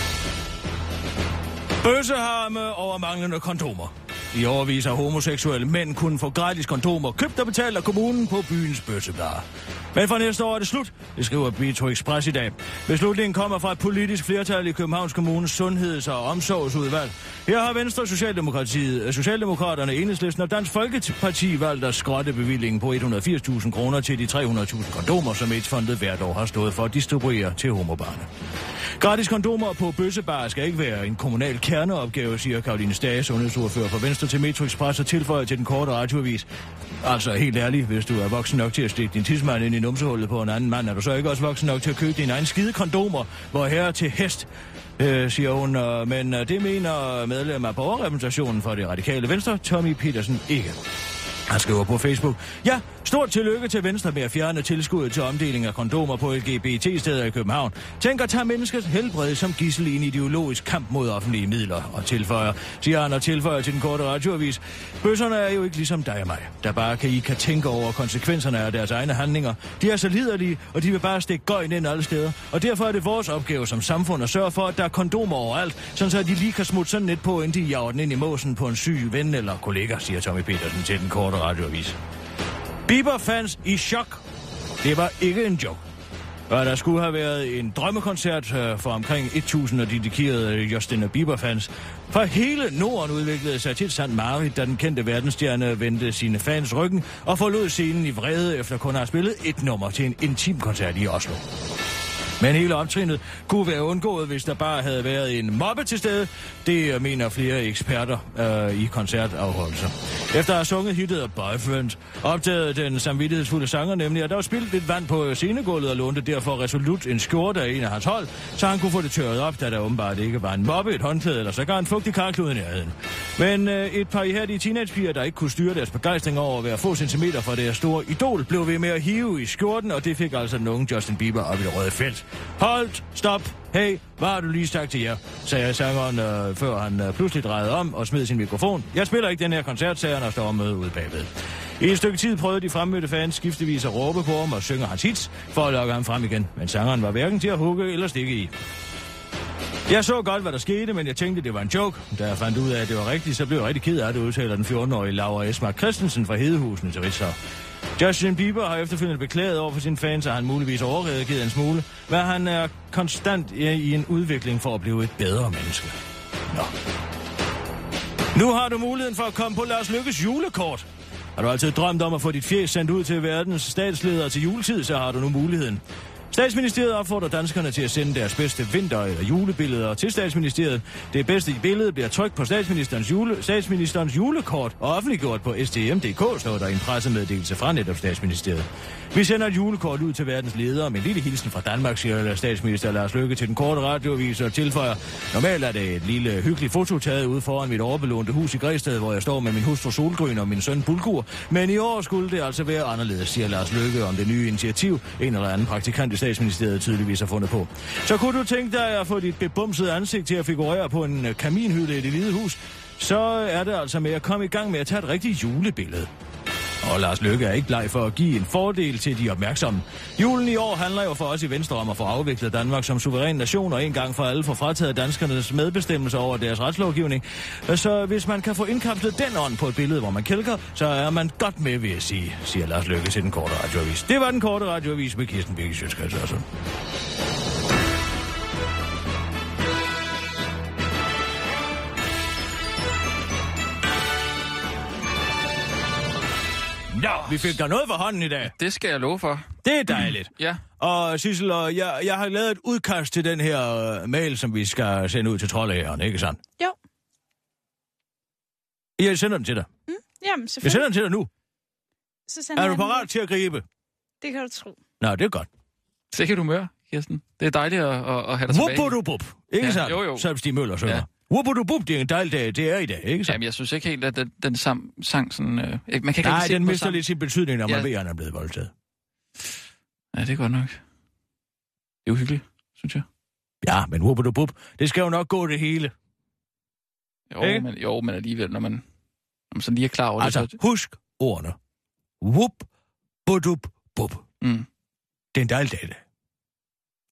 F: Bøsseharme over manglende kondomer. I overvis har homoseksuelle mænd kun få gratis kondomer, købt og betalt af kommunen på byens bøssebar. Men for næste år er det slut, det skriver Metro Express i dag. Beslutningen kommer fra et politisk flertal i Københavns Kommunes sundheds- og omsorgsudvalg. Her har Venstre, Socialdemokratiet, Socialdemokraterne, Enhedslisten og Dansk Folkeparti valgt at skrotte bevillingen på et hundrede og firs tusind kroner til de tre hundrede tusind kondomer, som AIDS-fondet hvert år har stået for at distribuere til homobarne. Gratis kondomer på bøssebar skal ikke være en kommunal kerneopgave, siger Karoline Stage, sundhedsordfører for Venstre til Metro Express og tilføjer til den korte radioavis. Altså helt ærligt, hvis du er voksen nok til at stikke din tidsmand ind i numsehullet på en anden mand, er du så ikke også voksen nok til at købe din egen skide kondomer, hvor herre til hest, øh, siger hun. Men det mener medlem af borgerrepræsentationen for det radikale Venstre, Tommy Petersen, ikke. Han skriver på Facebook: Ja, stort tillykke til Venstre med at fjerne tilskuddet til omdeling af kondomer på L G B T-steder i København. Tænk at tage menneskets helbred som gidsel i en ideologisk kamp mod offentlige midler, og tilføjer, siger han og tilføjer til den korte radioavis: Bøsserne er jo ikke ligesom dig og mig, der bare kan I kan tænke over konsekvenserne af deres egne handlinger. De er så liderlige, og de vil bare stikke gøjen ind alle steder. Og derfor er det vores opgave som samfund at sørge for, at der er kondomer overalt, sådan så de lige kan smutte sådan lidt på, inden de jager den ind i måsen på en syg ven eller kollega, siger Tommy Petersen til den korte radioavis. Bieber-fans i chok. Det var ikke en joke. Og der skulle have været en drømmekoncert for omkring tusind dedikerede Justin Bieber-fans. For hele Norden udviklede sig til et sandt mareridt, da den kendte verdensstjerne vendte sine fans ryggen og forlod scenen i vrede efter kun at have spillet et nummer til en intim koncert i Oslo. Men hele optrinet kunne være undgået, hvis der bare havde været en mobbe til stede. Det mener flere eksperter øh, i koncertafholdelser. Efter at have sunget hittet Boyfriend, opdagede den samvittighedsfulde sanger nemlig, at der var spildt lidt vand på scenegulvet og lånte derfor resolut en skjorte af en af hans hold, så han kunne få det tørret op, da der åbenbart ikke var en mobbe, et håndklæde eller sågar en fugtig karklud i nærheden. Men øh, et par ihærdige teenagepiger, der ikke kunne styre deres begejstring over at være få centimeter fra deres store idol, blev ved med at hive i skjorten, og det fik altså den unge Justin Bieber op i det røde felt. Holdt, stop, hey, hvad har du lige sagt til jer, sagde sangeren, øh, før han øh, pludselig drejede om og smed sin mikrofon. Jeg spiller ikke den her koncert, sagde han og står med ude bagved. I et stykke tid prøvede de fremmødte fans skiftevis at råbe på ham og synge hans hits for at lokke ham frem igen, men sangeren var hverken til at hugge eller stikke i. Jeg så godt, hvad der skete, men jeg tænkte, det var en joke. Da jeg fandt ud af, at det var rigtigt, så blev jeg rigtig ked af det, udtaler den fjorten-årige Laura Esmark Christensen fra Hedehusene til Ritzau. Justin Bieber har efterfølgende beklaget over for sine fans, at han muligvis overreagerede en smule, hvad han er konstant i en udvikling for at blive et bedre menneske. Nå. Nu har du muligheden for at komme på Lars Løkkes julekort. Har du altid drømt om at få dit fjes sendt ud til verdens statsledere til juletid, så har du nu muligheden. Statsministeriet opfordrer danskerne til at sende deres bedste vinter- eller julebilleder til Statsministeriet. Det bedste i billedet bliver trykt på statsministerens, jule, statsministerens julekort og offentliggjort på S T M punktum D K, står der i en pressemeddelelse fra netop Statsministeriet. Vi sender et julekort ud til verdens ledere med en lille hilsen fra Danmark, siger statsminister Lars Løkke til den korte radioavis og tilføjer: Normalt er det et lille hyggeligt foto taget ude foran mit overbelånte hus i Græsted, hvor jeg står med min hustru Solgrøn og min søn Bulgur. Men i år skulle det altså være anderledes, siger Lars Løkke om det nye initiativ, en eller anden praktikant i Statsministeriet tydeligvis har fundet på. Så kunne du tænke dig at få dit bebumsede ansigt til at figurere på en kaminhylde i Det Hvide Hus, så er det altså med at komme i gang med at tage et rigtigt julebillede. Og Lars Løkke er ikke bleg for at give en fordel til de opmærksomme. Julen i år handler jo for os i Venstre om at få afviklet Danmark som suveræn nation, og en gang for alle få frataget danskernes medbestemmelse over deres retslovgivning. Så hvis man kan få indkapslet den ånd på et billede, hvor man kælker, så er man godt med, vil jeg sige, siger Lars Løkke til den korte radioavis. Det var den korte radioavis med Kirsten Birgit Schøtz-Krets Hørsholm. Vi fik der noget for hånden i dag.
D: Det skal jeg love for.
F: Det er dejligt.
D: Ja.
F: Og Sissel, og jeg, jeg har lavet et udkast til den her uh, mail, som vi skal sende ud til troldehæren, ikke sandt?
E: Jo.
F: Jeg sender den til dig.
E: Mm, jamen, selvfølgelig.
F: Jeg sender den til dig nu.
E: Så sender
F: er du
E: den...
F: parat til at gribe?
E: Det kan du tro.
F: Nå, det er godt.
D: Så kan du møre, Kirsten. Det er dejligt at, at, at have dig tilbage.
F: Wuppudubup. Ikke
D: ja,
F: sandt?
D: Jo, jo.
F: Som Stig Møller synger. Ja. Wuppudubup, det er en dejlig dag. Det er i dag, ikke sandt?
D: Jamen, jeg synes ikke helt, at den, den sam, sang sådan... Øh, man kan ikke
F: Nej, den mister
D: sammen.
F: lidt sin betydning, når man
D: ja.
F: ved, at han er blevet voldtaget.
D: Ja, det er godt nok. Det er uhyggeligt, synes jeg.
F: Ja, men wuppudubup, det skal jo nok gå det hele.
D: Jo, men, jo men alligevel, når man, når man sådan lige er klar over
F: altså,
D: det... Altså,
F: husk ordene. Wup, budup, bup.
D: Mm.
F: Det er en dejlig dag, det.